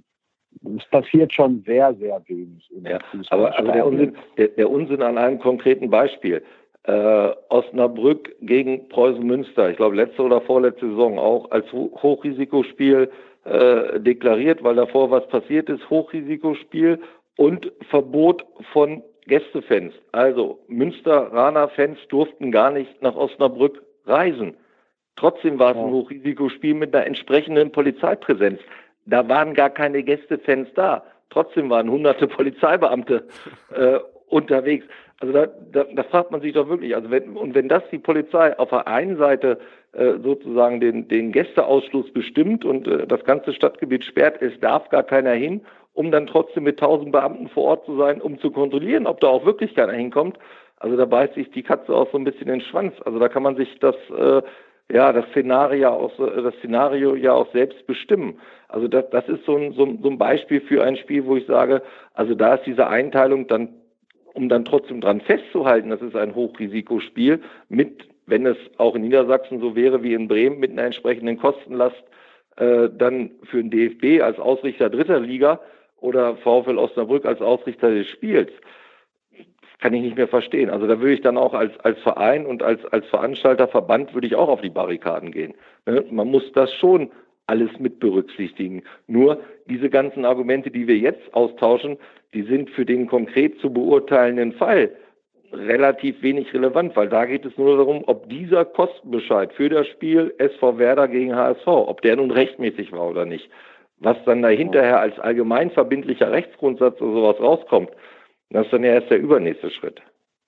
es passiert schon sehr, sehr wenig. In ja, aber, aber der, Unsinn, der, der Unsinn an einem konkreten Beispiel. Äh, Osnabrück gegen Preußen Münster, ich glaube letzte oder vorletzte Saison auch als Ho- Hochrisikospiel äh, deklariert, weil davor was passiert ist, Hochrisikospiel und Verbot von Gästefans. Also Münsteraner Fans durften gar nicht nach Osnabrück reisen. Trotzdem war es ein Hochrisikospiel mit einer entsprechenden Polizeipräsenz. Da waren gar keine Gästefans da. Trotzdem waren hunderte Polizeibeamte äh, unterwegs. Also da, da, da fragt man sich doch wirklich, also wenn, und wenn das die Polizei auf der einen Seite äh, sozusagen den, den Gästeausschluss bestimmt und äh, das ganze Stadtgebiet sperrt, es darf gar keiner hin, um dann trotzdem mit tausend Beamten vor Ort zu sein, um zu kontrollieren, ob da auch wirklich keiner hinkommt. Also da beißt sich die Katze auch so ein bisschen in den Schwanz. Also da kann man sich das, äh, ja, das Szenario auch, das Szenario ja auch selbst bestimmen. Also das, das ist so ein, so, so ein Beispiel für ein Spiel, wo ich sage, also da ist diese Einteilung dann, um dann trotzdem dran festzuhalten, das ist ein Hochrisikospiel mit, wenn es auch in Niedersachsen so wäre wie in Bremen, mit einer entsprechenden Kostenlast äh, dann für den D F B als Ausrichter dritter Liga oder VfL Osnabrück als Ausrichter des Spiels. Das kann ich nicht mehr verstehen. Also da würde ich dann auch als, als Verein und als, als Veranstalter, Verband würde ich auch auf die Barrikaden gehen. Ne? Man muss das schon alles mit berücksichtigen. Nur diese ganzen Argumente, die wir jetzt austauschen, die sind für den konkret zu beurteilenden Fall relativ wenig relevant, weil da geht es nur darum, ob dieser Kostenbescheid für das Spiel S V Werder gegen H S V, ob der nun rechtmäßig war oder nicht. Was dann da hinterher als allgemeinverbindlicher Rechtsgrundsatz oder sowas rauskommt, das ist dann ja erst der übernächste Schritt.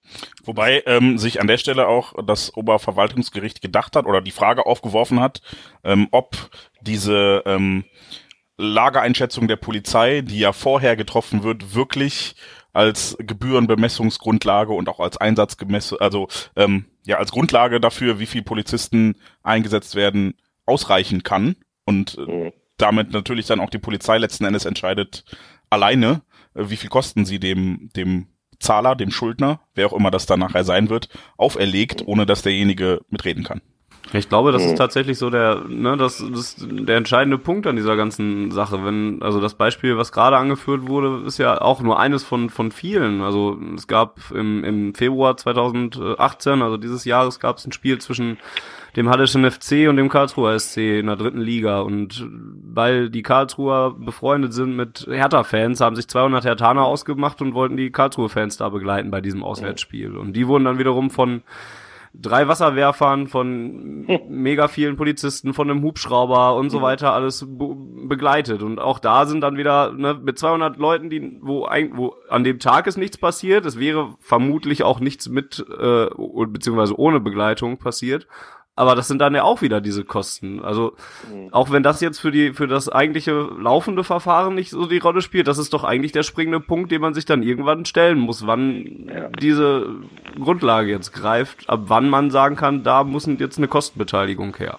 Wobei ähm, sich an der Stelle auch das Oberverwaltungsgericht gedacht hat oder die Frage aufgeworfen hat, ähm, ob diese ähm, Lageeinschätzung der Polizei, die ja vorher getroffen wird, wirklich als Gebührenbemessungsgrundlage und auch als Einsatzgemess, also ähm, ja als Grundlage dafür, wie viele Polizisten eingesetzt werden, ausreichen kann und äh, damit natürlich dann auch die Polizei letzten Endes entscheidet alleine, äh, wie viel Kosten sie dem dem Zahler, dem Schuldner, wer auch immer das dann nachher sein wird, auferlegt, ohne dass derjenige mitreden kann. Ich glaube, das ist tatsächlich so der, ne, das, das ist der entscheidende Punkt an dieser ganzen Sache. Wenn, also das Beispiel, was gerade angeführt wurde, ist ja auch nur eines von von vielen. Also es gab im im Februar zweitausendachtzehn, also dieses Jahres, gab es ein Spiel zwischen dem Hallischen F C und dem Karlsruher S C in der dritten Liga. Und weil die Karlsruher befreundet sind mit Hertha-Fans, haben sich zweihundert Herthaner ausgemacht und wollten die Karlsruher-Fans da begleiten bei diesem Auswärtsspiel. Und die wurden dann wiederum von drei Wasserwerfern, von mega vielen Polizisten, von einem Hubschrauber und so weiter alles be- begleitet. Und auch da sind dann wieder, ne, mit zweihundert Leuten, die, wo, ein, wo an dem Tag ist nichts passiert, es wäre vermutlich auch nichts mit, äh, beziehungsweise ohne Begleitung passiert. Aber das sind dann ja auch wieder diese Kosten. Also auch wenn das jetzt für die für das eigentliche laufende Verfahren nicht so die Rolle spielt, das ist doch eigentlich der springende Punkt, den man sich dann irgendwann stellen muss, wann ja. diese Grundlage jetzt greift, ab wann man sagen kann, da muss jetzt eine Kostenbeteiligung her.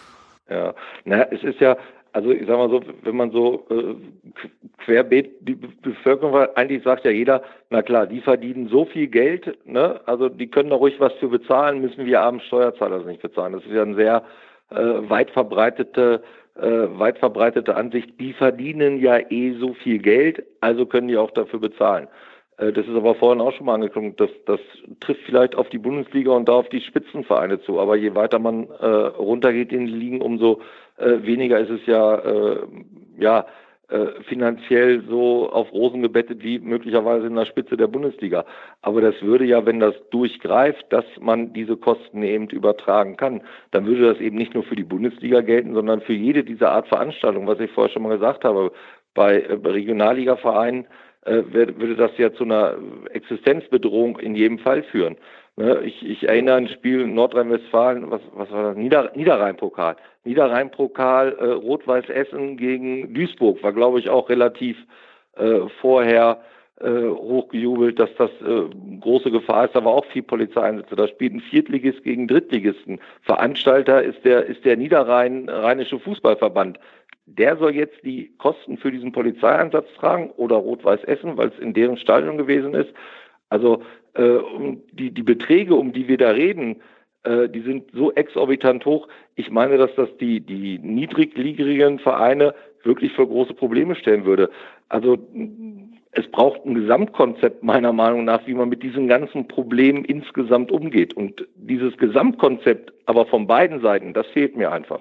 Ja, na, es ist ja, also ich sag mal so, wenn man so äh, querbeet die Bevölkerung, eigentlich sagt ja jeder, na klar, die verdienen so viel Geld, ne, also die können da ruhig was für bezahlen, müssen wir armen Steuerzahler das nicht bezahlen. Das ist ja eine sehr äh, weit verbreitete, äh, weit verbreitete Ansicht. Die verdienen ja eh so viel Geld, also können die auch dafür bezahlen. Äh, das ist aber vorhin auch schon mal angeklungen, das, das trifft vielleicht auf die Bundesliga und da auf die Spitzenvereine zu, aber je weiter man äh, runtergeht in die Ligen, umso äh, weniger ist es ja, äh, ja, äh, finanziell so auf Rosen gebettet wie möglicherweise in der Spitze der Bundesliga. Aber das würde ja, wenn das durchgreift, dass man diese Kosten eben übertragen kann, dann würde das eben nicht nur für die Bundesliga gelten, sondern für jede dieser Art Veranstaltung, was ich vorher schon mal gesagt habe. Bei, äh, bei Regionalliga-Vereinen äh, würde das ja zu einer Existenzbedrohung in jedem Fall führen. Ne? Ich, ich erinnere an ein Spiel in Nordrhein-Westfalen, was, was war das? Nieder, Niederrhein-Pokal. Niederrhein-Pokal, äh, Rot-Weiß Essen gegen Duisburg war, glaube ich, auch relativ äh, vorher äh, hochgejubelt, dass das äh, große Gefahr ist. Da war auch viel Polizeieinsätze. Da spielt ein Viertligist gegen Drittligisten. Veranstalter ist der, ist der Niederrhein-Rheinische Fußballverband. Der soll jetzt die Kosten für diesen Polizeieinsatz tragen oder Rot-Weiß Essen, weil es in deren Stadion gewesen ist. Also äh, die, die Beträge, um die wir da reden, äh, die sind so exorbitant hoch. Ich meine, dass das die, die niedrigligigen Vereine wirklich für große Probleme stellen würde. Also es braucht ein Gesamtkonzept meiner Meinung nach, wie man mit diesen ganzen Problemen insgesamt umgeht. Und dieses Gesamtkonzept aber von beiden Seiten, das fehlt mir einfach.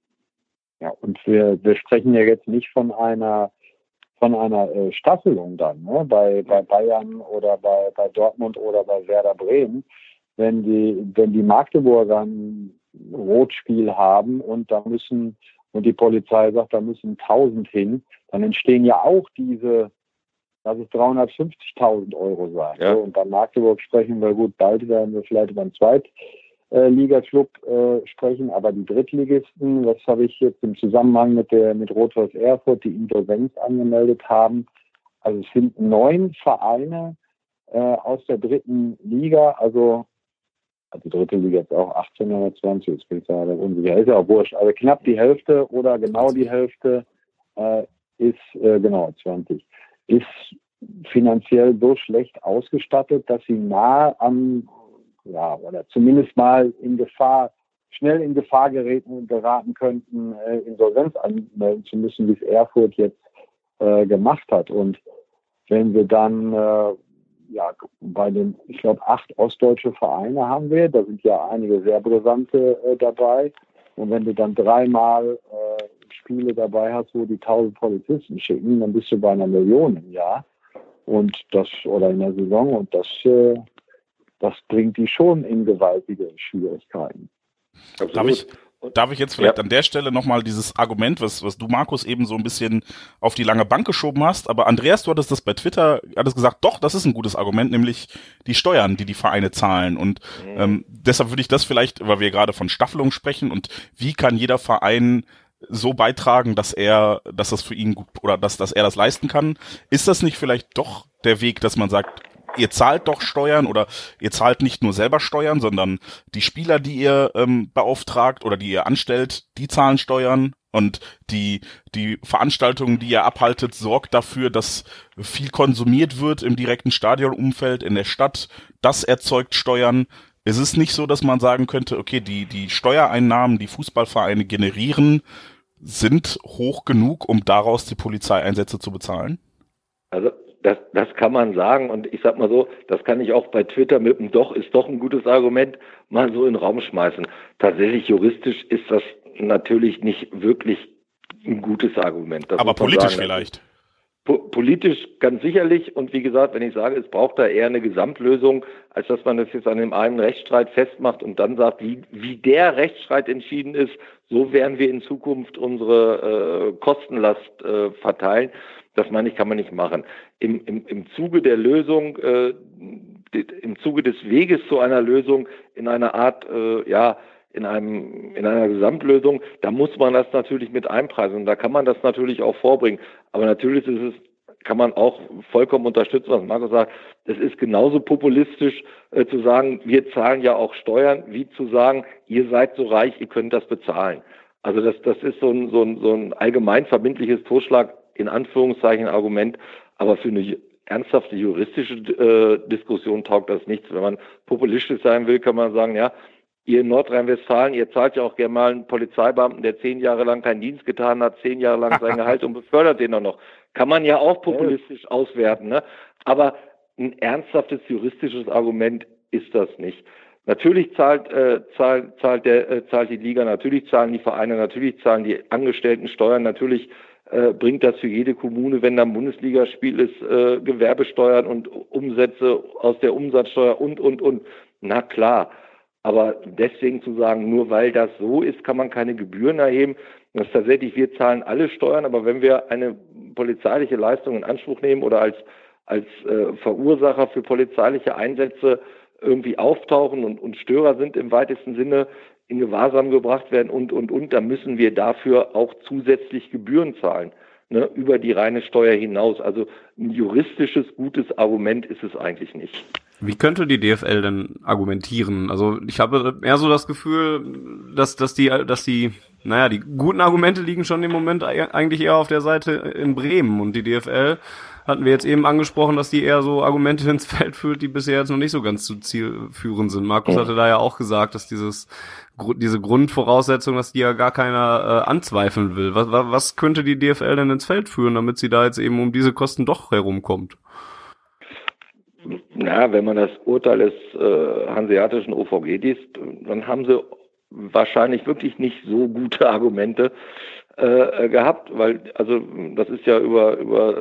Ja, und wir, wir sprechen ja jetzt nicht von einer von einer äh, Staffelung dann, ne? Bei, bei Bayern oder bei, bei Dortmund oder bei Werder Bremen. Wenn die, wenn die Magdeburger ein Rotspiel haben und da müssen, und die Polizei sagt, da müssen tausend hin, dann entstehen ja auch diese, lass es dreihundertfünfzigtausend Euro sein. Ja. So, und bei Magdeburg sprechen wir, gut, bald werden wir vielleicht über einen Zweitliga-Club äh, sprechen, aber die Drittligisten, was habe ich jetzt im Zusammenhang mit der mit Rot-Weiß Erfurt, die Insolvenz angemeldet haben, also es sind neun Vereine äh, aus der dritten Liga, also die dritte Liga ist auch achtzehnhundertzwanzig, jetzt bin ich da unsicher, ist ja auch wurscht, also knapp die Hälfte oder genau die Hälfte äh, ist, äh, genau, zwanzig, ist finanziell so schlecht ausgestattet, dass sie nahe am, ja, oder zumindest mal in Gefahr, schnell in Gefahr geraten, geraten könnten, äh, Insolvenz anmelden zu müssen, wie es Erfurt jetzt äh, gemacht hat. Und wenn wir dann, äh, ja, bei den, ich glaube, acht ostdeutsche Vereine haben wir, da sind ja einige sehr brisante äh, dabei. Und wenn du dann dreimal äh, Spiele dabei hast, wo die tausend Polizisten schicken, dann bist du bei einer Million im Jahr. Und das, oder in der Saison, und das, äh, das bringt die schon in gewaltige Schwierigkeiten. Darf ich, darf ich jetzt vielleicht ja. an der Stelle nochmal dieses Argument, was, was du, Markus, eben so ein bisschen auf die lange Bank geschoben hast, aber Andreas, du hattest das bei Twitter, hattest gesagt, doch, das ist ein gutes Argument, nämlich die Steuern, die die Vereine zahlen. Und mhm. ähm, deshalb würde ich das vielleicht, weil wir gerade von Staffelung sprechen und wie kann jeder Verein so beitragen, dass er, dass das für ihn gut, oder dass, dass er das leisten kann. Ist das nicht vielleicht doch der Weg, dass man sagt, ihr zahlt doch Steuern oder ihr zahlt nicht nur selber Steuern, sondern die Spieler, die ihr ähm, beauftragt oder die ihr anstellt, die zahlen Steuern und die, die Veranstaltungen, die ihr abhaltet, sorgt dafür, dass viel konsumiert wird im direkten Stadionumfeld, in der Stadt. Das erzeugt Steuern. Es ist nicht so, dass man sagen könnte, okay, die, die Steuereinnahmen, die Fußballvereine generieren, sind hoch genug, um daraus die Polizeieinsätze zu bezahlen? Also das, das kann man sagen, und ich sag mal so, das kann ich auch bei Twitter mit dem Doch ist doch ein gutes Argument mal so in den Raum schmeißen. Tatsächlich juristisch ist das natürlich nicht wirklich ein gutes Argument. Das aber politisch sagen. vielleicht. Politisch ganz sicherlich, und wie gesagt, wenn ich sage, es braucht da eher eine Gesamtlösung, als dass man das jetzt an dem einen Rechtsstreit festmacht und dann sagt, wie, wie der Rechtsstreit entschieden ist, so werden wir in Zukunft unsere äh, Kostenlast äh, verteilen. Das meine ich, kann man nicht machen. Im, im, im Zuge der Lösung, äh, im Zuge des Weges zu einer Lösung in einer Art, äh, ja, in einem, in einer Gesamtlösung, da muss man das natürlich mit einpreisen und da kann man das natürlich auch vorbringen. Aber natürlich ist es, kann man auch vollkommen unterstützen, was Markus sagt. Es ist genauso populistisch äh, zu sagen, wir zahlen ja auch Steuern, wie zu sagen, ihr seid so reich, ihr könnt das bezahlen. Also das, das ist so ein, so ein, so ein allgemein verbindliches Totschlag, in Anführungszeichen Argument, aber für eine ernsthafte juristische äh, Diskussion taugt das nichts. Wenn man populistisch sein will, kann man sagen, ja, ihr in Nordrhein-Westfalen, ihr zahlt ja auch gerne mal einen Polizeibeamten, der zehn Jahre lang keinen Dienst getan hat, zehn Jahre lang sein Gehalt und befördert den auch noch. Kann man ja auch populistisch auswerten, ne? Aber ein ernsthaftes juristisches Argument ist das nicht. Natürlich zahlt, äh, zahlt, zahlt, der, äh, zahlt die Liga, natürlich zahlen die Vereine, natürlich zahlen die Angestellten Steuern, natürlich äh, bringt das für jede Kommune, wenn da ein Bundesligaspiel ist, äh, Gewerbesteuern und Umsätze aus der Umsatzsteuer und, und, und. Na klar. Aber deswegen zu sagen, nur weil das so ist, kann man keine Gebühren erheben. Das ist tatsächlich, wir zahlen alle Steuern, aber wenn wir eine polizeiliche Leistung in Anspruch nehmen oder als als äh, Verursacher für polizeiliche Einsätze irgendwie auftauchen und, und Störer sind im weitesten Sinne, in Gewahrsam gebracht werden und, und, und, dann müssen wir dafür auch zusätzlich Gebühren zahlen, ne, über die reine Steuer hinaus. Also ein juristisches, gutes Argument ist es eigentlich nicht. Wie könnte die D F L denn argumentieren? Also ich habe eher so das Gefühl, dass, dass die, dass die, naja, die guten Argumente liegen schon im Moment eigentlich eher auf der Seite in Bremen und die D F L hatten wir jetzt eben angesprochen, dass die eher so Argumente ins Feld führt, die bisher jetzt noch nicht so ganz zu zielführend sind. Markus hatte da ja auch gesagt, dass dieses diese Grundvoraussetzung, dass die ja gar keiner äh, anzweifeln will. Was, was könnte die D F L denn ins Feld führen, damit sie da jetzt eben um diese Kosten doch herumkommt? Na, wenn man das Urteil des äh, hanseatischen O V G liest, dann haben sie wahrscheinlich wirklich nicht so gute Argumente äh, gehabt, weil, also das ist ja über über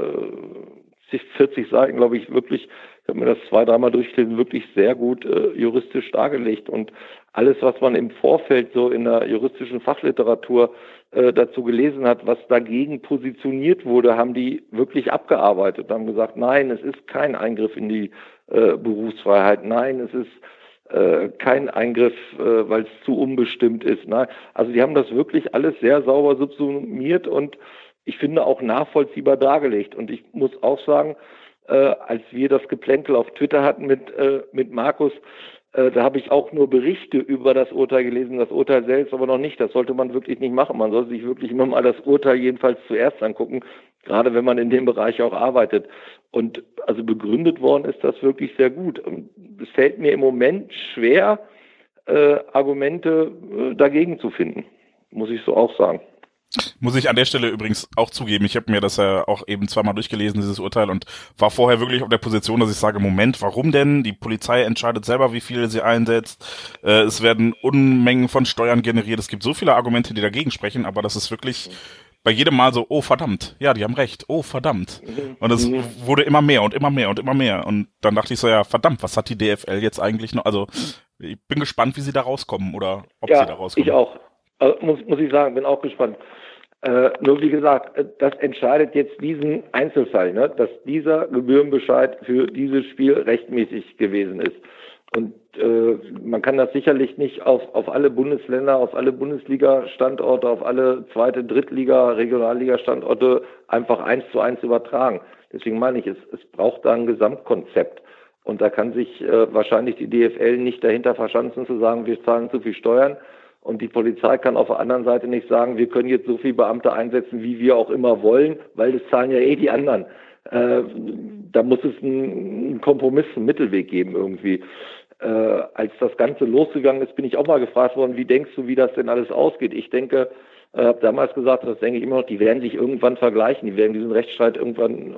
äh, vierzig Seiten, glaube ich, wirklich, ich habe mir das zwei, dreimal durchgelesen, wirklich sehr gut äh, juristisch dargelegt und alles, was man im Vorfeld so in der juristischen Fachliteratur äh, dazu gelesen hat, was dagegen positioniert wurde, haben die wirklich abgearbeitet, haben gesagt, nein, es ist kein Eingriff in die äh, Berufsfreiheit, nein, es ist äh, kein Eingriff, äh, weil es zu unbestimmt ist. Nein. Also die haben das wirklich alles sehr sauber subsumiert und ich finde auch nachvollziehbar dargelegt. Und ich muss auch sagen, äh, als wir das Geplänkel auf Twitter hatten mit, äh, mit Markus, äh, da habe ich auch nur Berichte über das Urteil gelesen, das Urteil selbst aber noch nicht. Das sollte man wirklich nicht machen. Man sollte sich wirklich immer mal das Urteil jedenfalls zuerst angucken, gerade wenn man in dem Bereich auch arbeitet. Und also begründet worden ist das wirklich sehr gut. Und es fällt mir im Moment schwer, äh, Argumente äh, dagegen zu finden, muss ich so auch sagen. Muss ich an der Stelle übrigens auch zugeben, ich habe mir das ja auch eben zweimal durchgelesen, dieses Urteil, und war vorher wirklich auf der Position, dass ich sage, Moment, warum denn? Die Polizei entscheidet selber, wie viel sie einsetzt. Äh, es werden Unmengen von Steuern generiert. Es gibt so viele Argumente, die dagegen sprechen, aber das ist wirklich bei jedem Mal so, oh verdammt, ja, die haben recht, oh verdammt. Und es wurde immer mehr und immer mehr und immer mehr. Und dann dachte ich so, ja, verdammt, was hat die D F L jetzt eigentlich noch? Also ich bin gespannt, wie sie da rauskommen oder ob ja, sie da rauskommen. Ich auch. Also, muss, muss ich sagen, bin auch gespannt. Äh, nur wie gesagt, das entscheidet jetzt diesen Einzelfall, ne, dass dieser Gebührenbescheid für dieses Spiel rechtmäßig gewesen ist. Und äh, man kann das sicherlich nicht auf, auf alle Bundesländer, auf alle Bundesliga-Standorte, auf alle zweite, Drittliga, Regionalliga-Standorte einfach eins zu eins übertragen. Deswegen meine ich, es, es braucht da ein Gesamtkonzept. Und da kann sich äh, wahrscheinlich die D F L nicht dahinter verschanzen zu sagen, wir zahlen zu viel Steuern. Und die Polizei kann auf der anderen Seite nicht sagen, wir können jetzt so viele Beamte einsetzen, wie wir auch immer wollen, weil das zahlen ja eh die anderen. Äh, da muss es einen Kompromiss, einen Mittelweg geben irgendwie. Äh, als das Ganze losgegangen ist, bin ich auch mal gefragt worden, wie denkst du, wie das denn alles ausgeht? Ich denke, ich äh, habe damals gesagt, das denke ich immer noch, die werden sich irgendwann vergleichen, die werden diesen Rechtsstreit irgendwann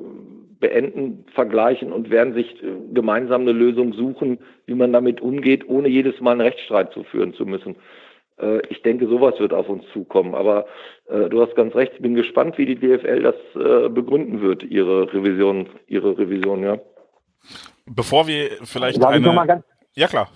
äh, beenden, vergleichen und werden sich äh, gemeinsam eine Lösung suchen, wie man damit umgeht, ohne jedes Mal einen Rechtsstreit zu führen zu müssen. Äh, ich denke, sowas wird auf uns zukommen. Aber äh, du hast ganz recht, ich bin gespannt, wie die D F L das äh, begründen wird, ihre Revision, ihre Revision, ja. Bevor wir vielleicht Darf eine... Ich noch mal ganz, ja, klar.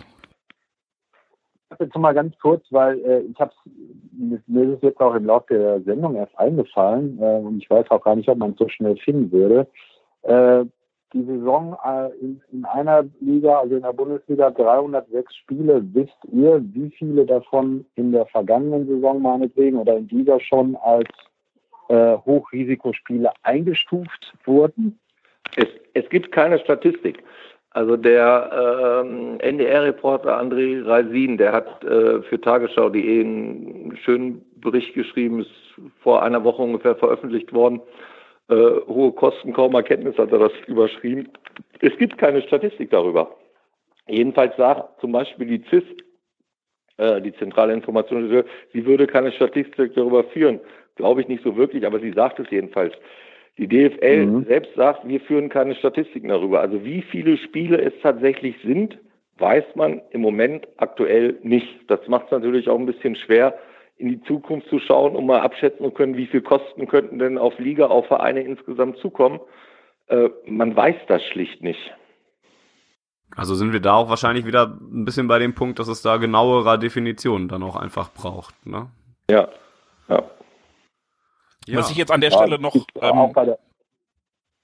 jetzt noch mal ganz kurz, weil äh, ich habe mir ist es jetzt auch im Laufe der Sendung erst eingefallen äh, und ich weiß auch gar nicht, ob man es so schnell finden würde. Äh, die Saison äh, in, in einer Liga, also in der Bundesliga, dreihundertsechs Spiele. Wisst ihr, wie viele davon in der vergangenen Saison meinetwegen oder in dieser schon als äh, Hochrisikospiele eingestuft wurden? Es, es gibt keine Statistik. Also der ähm, N D R-Reporter André Reisin, der hat äh, für Tagesschau punkt de einen schönen Bericht geschrieben, ist vor einer Woche ungefähr veröffentlicht worden. Äh, hohe Kosten, kaum Erkenntnis hat er das überschrieben. Es gibt keine Statistik darüber. Jedenfalls sagt zum Beispiel die Z I S, äh, die Zentrale Informations, sie würde keine Statistik darüber führen. Glaube ich nicht so wirklich, aber sie sagt es jedenfalls. Die D F L mhm. selbst sagt, wir führen keine Statistiken darüber. Also wie viele Spiele es tatsächlich sind, weiß man im Moment aktuell nicht. Das macht es natürlich auch ein bisschen schwer, in die Zukunft zu schauen, um mal abschätzen zu können, wie viel Kosten könnten denn auf Liga, auf Vereine insgesamt zukommen. Äh, man weiß das schlicht nicht. Also sind wir da auch wahrscheinlich wieder ein bisschen bei dem Punkt, dass es da genauere Definitionen dann auch einfach braucht, ne? Ja, ja. Ja. Was ich jetzt an der Stelle noch... Ähm,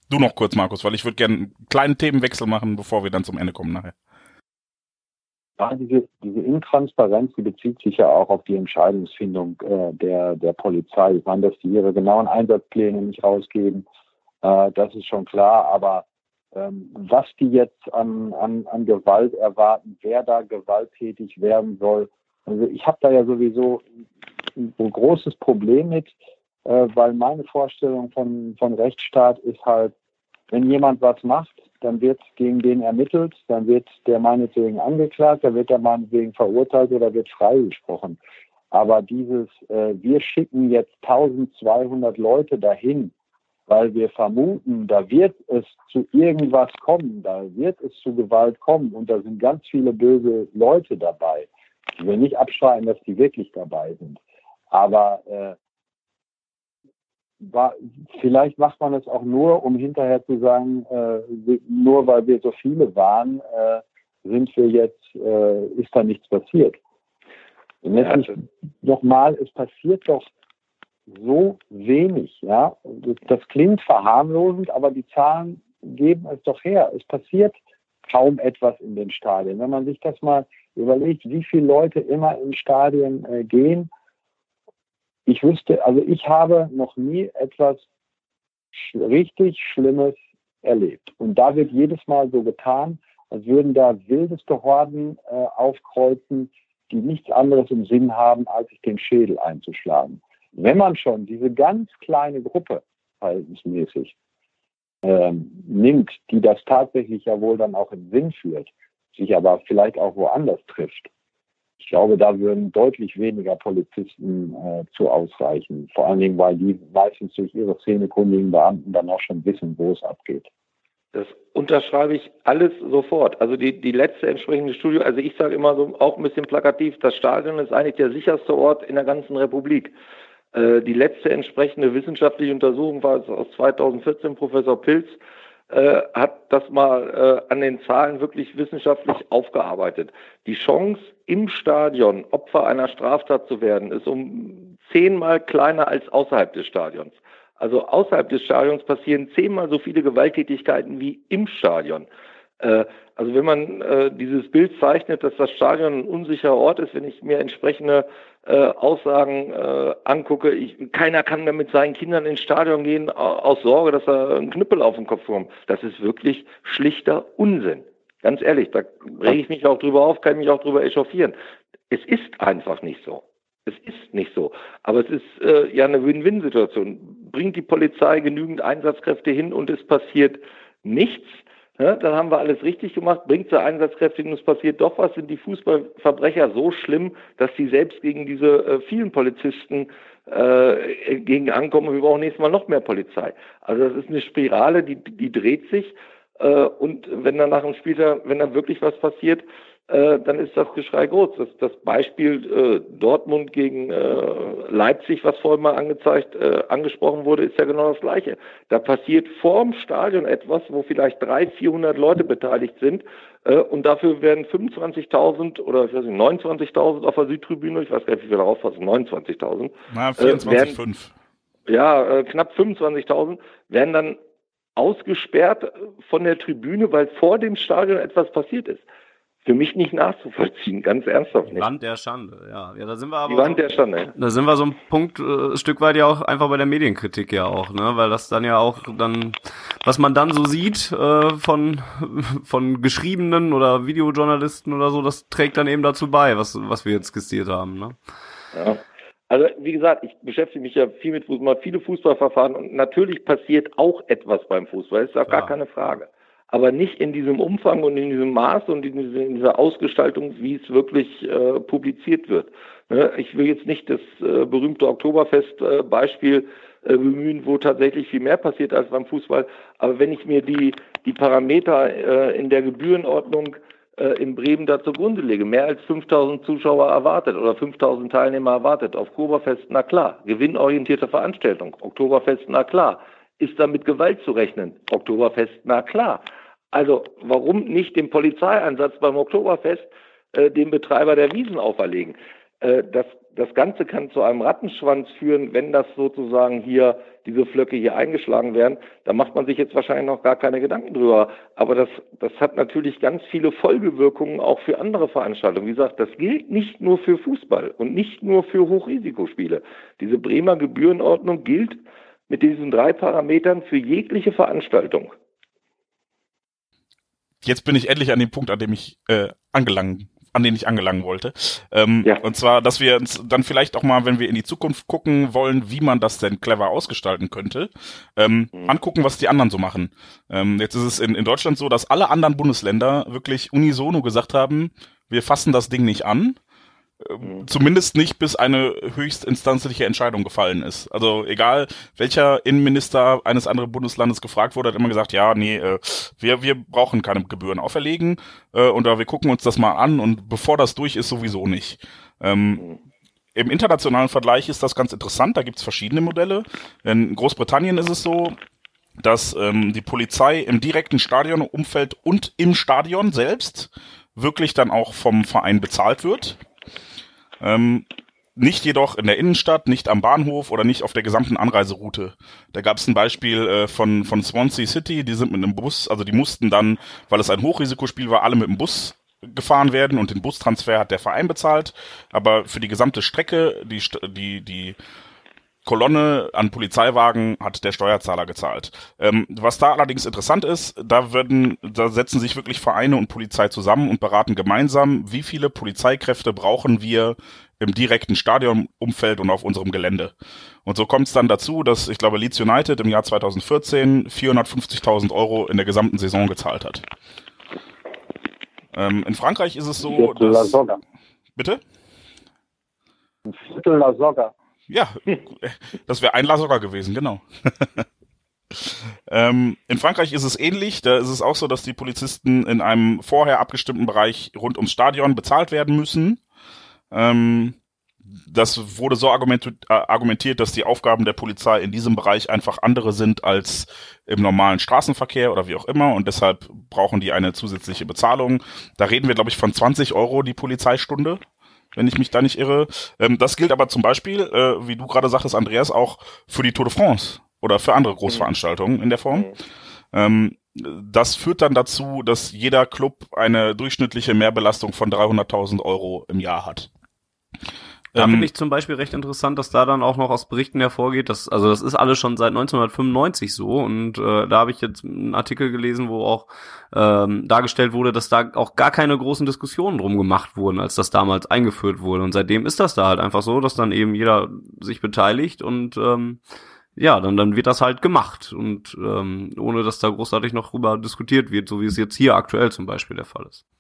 Du noch kurz, Markus, weil ich würde gerne einen kleinen Themenwechsel machen, bevor wir dann zum Ende kommen nachher. Ja, diese, diese Intransparenz, die bezieht sich ja auch auf die Entscheidungsfindung äh, der, der Polizei. Ich meine, dass die ihre genauen Einsatzpläne nicht rausgeben, äh, das ist schon klar. Aber ähm, was die jetzt an, an, an Gewalt erwarten, wer da gewalttätig werden soll, also ich habe da ja sowieso ein, ein großes Problem mit, äh, weil meine Vorstellung von, von Rechtsstaat ist halt, wenn jemand was macht, dann wird gegen den ermittelt, dann wird der meinetwegen angeklagt, dann wird der meinetwegen verurteilt oder wird freigesprochen. Aber dieses, äh, wir schicken jetzt eintausendzweihundert Leute dahin, weil wir vermuten, da wird es zu irgendwas kommen, da wird es zu Gewalt kommen und da sind ganz viele böse Leute dabei. Ich will nicht abschreiben, dass die wirklich dabei sind. Aber äh, War, vielleicht macht man es auch nur, um hinterher zu sagen, äh, nur weil wir so viele waren, äh, sind wir jetzt, äh, ist da nichts passiert. Und letztlich nochmal, es passiert doch so wenig, ja. Das, das klingt verharmlosend, aber die Zahlen geben es doch her. Es passiert kaum etwas in den Stadien. Wenn man sich das mal überlegt, wie viele Leute immer in Stadien äh, gehen, ich wüsste, also ich habe noch nie etwas sch- richtig Schlimmes erlebt. Und da wird jedes Mal so getan, als würden da wildeste Horden äh, aufkreuzen, die nichts anderes im Sinn haben, als sich den Schädel einzuschlagen. Wenn man schon diese ganz kleine Gruppe verhältnismäßig ähm, nimmt, die das tatsächlich ja wohl dann auch im Sinn führt, sich aber vielleicht auch woanders trifft, ich glaube, da würden deutlich weniger Polizisten äh, zu ausreichen. Vor allen Dingen, weil die meistens durch ihre szenekundigen Beamten dann auch schon wissen, wo es abgeht. Das unterschreibe ich alles sofort. Also die, die letzte entsprechende Studie, also ich sage immer so auch ein bisschen plakativ, das Stadion ist eigentlich der sicherste Ort in der ganzen Republik. Äh, die letzte entsprechende wissenschaftliche Untersuchung war aus zweitausendvierzehn, Professor Pilz äh, hat das mal äh, an den Zahlen wirklich wissenschaftlich aufgearbeitet. Die Chance, im Stadion Opfer einer Straftat zu werden, ist um zehnmal kleiner als außerhalb des Stadions. Also außerhalb des Stadions passieren zehnmal so viele Gewalttätigkeiten wie im Stadion. Äh, also wenn man äh, dieses Bild zeichnet, dass das Stadion ein unsicherer Ort ist, wenn ich mir entsprechende äh, Aussagen äh, angucke, ich, keiner kann mehr mit seinen Kindern ins Stadion gehen aus Sorge, dass er einen Knüppel auf den Kopf bekommt. Das ist wirklich schlichter Unsinn. Ganz ehrlich, da rege ich mich auch drüber auf, kann mich auch drüber echauffieren. Es ist einfach nicht so. Es ist nicht so. Aber es ist äh, ja eine Win-Win-Situation. Bringt die Polizei genügend Einsatzkräfte hin und es passiert nichts, ja, dann haben wir alles richtig gemacht. Bringt sie Einsatzkräfte hin und es passiert doch was, sind die Fußballverbrecher so schlimm, dass sie selbst gegen diese äh, vielen Polizisten äh, gegen ankommen und wir brauchen nächstes Mal noch mehr Polizei. Also das ist eine Spirale, die, die dreht sich. Und wenn dann nach dem Spieltag, wenn dann wirklich was passiert, äh, dann ist das Geschrei groß. Das, das Beispiel äh, Dortmund gegen äh, Leipzig, was vorhin mal angezeigt, äh, angesprochen wurde, ist ja genau das Gleiche. Da passiert vorm Stadion etwas, wo vielleicht dreihundert, vierhundert Leute beteiligt sind äh, und dafür werden fünfundzwanzigtausend oder ich weiß nicht, neunundzwanzigtausend auf der Südtribüne, ich weiß gar nicht, wie wir darauf passen, neunundzwanzigtausend. Na, vierundzwanzig Komma fünf. Äh, ja, äh, knapp fünfundzwanzigtausend werden dann ausgesperrt von der Tribüne, weil vor dem Stadion etwas passiert ist. Für mich nicht nachzuvollziehen, ganz ernsthaft nicht. Wand der Schande, ja. Ja, da sind wir aber. Die Wand der Schande. Da sind wir so ein Punkt, äh, ein Stück weit ja auch einfach bei der Medienkritik ja auch, ne, weil das dann ja auch dann, was man dann so sieht äh, von von geschriebenen oder Videojournalisten oder so, das trägt dann eben dazu bei, was was wir jetzt skizziert haben, ne. Ja. Also wie gesagt, ich beschäftige mich ja viel mit Fußball, viele Fußballverfahren und natürlich passiert auch etwas beim Fußball, das ist auch ja gar keine Frage. Aber nicht in diesem Umfang und in diesem Maß und in dieser Ausgestaltung, wie es wirklich äh, publiziert wird. Ne? Ich will jetzt nicht das äh, berühmte Oktoberfest-Beispiel äh, bemühen, wo tatsächlich viel mehr passiert als beim Fußball. Aber wenn ich mir die, die Parameter äh, in der Gebührenordnung äh, in Bremen da zugrunde lege, mehr als fünftausend Zuschauer erwartet oder fünftausend Teilnehmer erwartet, auf Oktoberfest, na klar, gewinnorientierte Veranstaltung, Oktoberfest, na klar. Ist da mit Gewalt zu rechnen? Oktoberfest, na klar. Also warum nicht den Polizeieinsatz beim Oktoberfest äh, dem Betreiber der Wiesen auferlegen? Äh, das, das Ganze kann zu einem Rattenschwanz führen, wenn das sozusagen hier, diese Flöcke hier eingeschlagen werden. Da macht man sich jetzt wahrscheinlich noch gar keine Gedanken drüber. Aber das, das hat natürlich ganz viele Folgewirkungen auch für andere Veranstaltungen. Wie gesagt, das gilt nicht nur für Fußball und nicht nur für Hochrisikospiele. Diese Bremer Gebührenordnung gilt mit diesen drei Parametern für jegliche Veranstaltung. Jetzt bin ich endlich an dem Punkt, an dem ich äh, angelangt an den ich angelangen wollte. Ähm, ja. Und zwar, dass wir uns dann vielleicht auch mal, wenn wir in die Zukunft gucken wollen, wie man das denn clever ausgestalten könnte, ähm, mhm. angucken, was die anderen so machen. Ähm, jetzt ist es in, in Deutschland so, dass alle anderen Bundesländer wirklich unisono gesagt haben, wir fassen das Ding nicht an. Mhm. Zumindest nicht, bis eine höchstinstanzliche Entscheidung gefallen ist. Also egal, welcher Innenminister eines anderen Bundeslandes gefragt wurde, hat immer gesagt, ja, nee, äh, wir wir brauchen keine Gebühren auferlegen äh, und wir gucken uns das mal an und bevor das durch ist, sowieso nicht. Ähm, mhm. Im internationalen Vergleich ist das ganz interessant, da gibt's verschiedene Modelle. In Großbritannien ist es so, dass ähm, die Polizei im direkten Stadionumfeld und im Stadion selbst wirklich dann auch vom Verein bezahlt wird. Ähm, nicht jedoch in der Innenstadt, nicht am Bahnhof oder nicht auf der gesamten Anreiseroute. Da gab es ein Beispiel äh, von von Swansea City, die sind mit einem Bus, also die mussten dann, weil es ein Hochrisikospiel war, alle mit dem Bus gefahren werden und den Bustransfer hat der Verein bezahlt, aber für die gesamte Strecke, die die die Kolonne an Polizeiwagen hat der Steuerzahler gezahlt. Ähm, was da allerdings interessant ist, da werden, da setzen sich wirklich Vereine und Polizei zusammen und beraten gemeinsam, wie viele Polizeikräfte brauchen wir im direkten Stadionumfeld und auf unserem Gelände. Und so kommt es dann dazu, dass, ich glaube, Leeds United im Jahr zweitausendvierzehn vierhundertfünfzigtausend Euro in der gesamten Saison gezahlt hat. Ähm, in Frankreich ist es so, dass... Bitte? Ein Viertel La Soga. Ja, das wäre ein La Soga gewesen, genau. ähm, in Frankreich ist es ähnlich. Da ist es auch so, dass die Polizisten in einem vorher abgestimmten Bereich rund ums Stadion bezahlt werden müssen. Ähm, das wurde so argumentiert, äh, argumentiert, dass die Aufgaben der Polizei in diesem Bereich einfach andere sind als im normalen Straßenverkehr oder wie auch immer und deshalb brauchen die eine zusätzliche Bezahlung. Da reden wir, glaube ich, von zwanzig Euro die Polizeistunde, wenn ich mich da nicht irre. Ähm, das gilt aber zum Beispiel, äh, wie du gerade sagtest, Andreas, auch für die Tour de France oder für andere Großveranstaltungen in der Form. Ähm, das führt dann dazu, dass jeder Club eine durchschnittliche Mehrbelastung von dreihunderttausend Euro im Jahr hat. Da ähm, finde ich zum Beispiel recht interessant, dass da dann auch noch aus Berichten hervorgeht, dass, also das ist alles schon seit neunzehnhundertfünfundneunzig so und äh, da habe ich jetzt einen Artikel gelesen, wo auch ähm, dargestellt wurde, dass da auch gar keine großen Diskussionen drum gemacht wurden, als das damals eingeführt wurde und seitdem ist das da halt einfach so, dass dann eben jeder sich beteiligt und ähm, ja, dann dann wird das halt gemacht und ähm, ohne dass da großartig noch drüber diskutiert wird, so wie es jetzt hier aktuell zum Beispiel der Fall ist.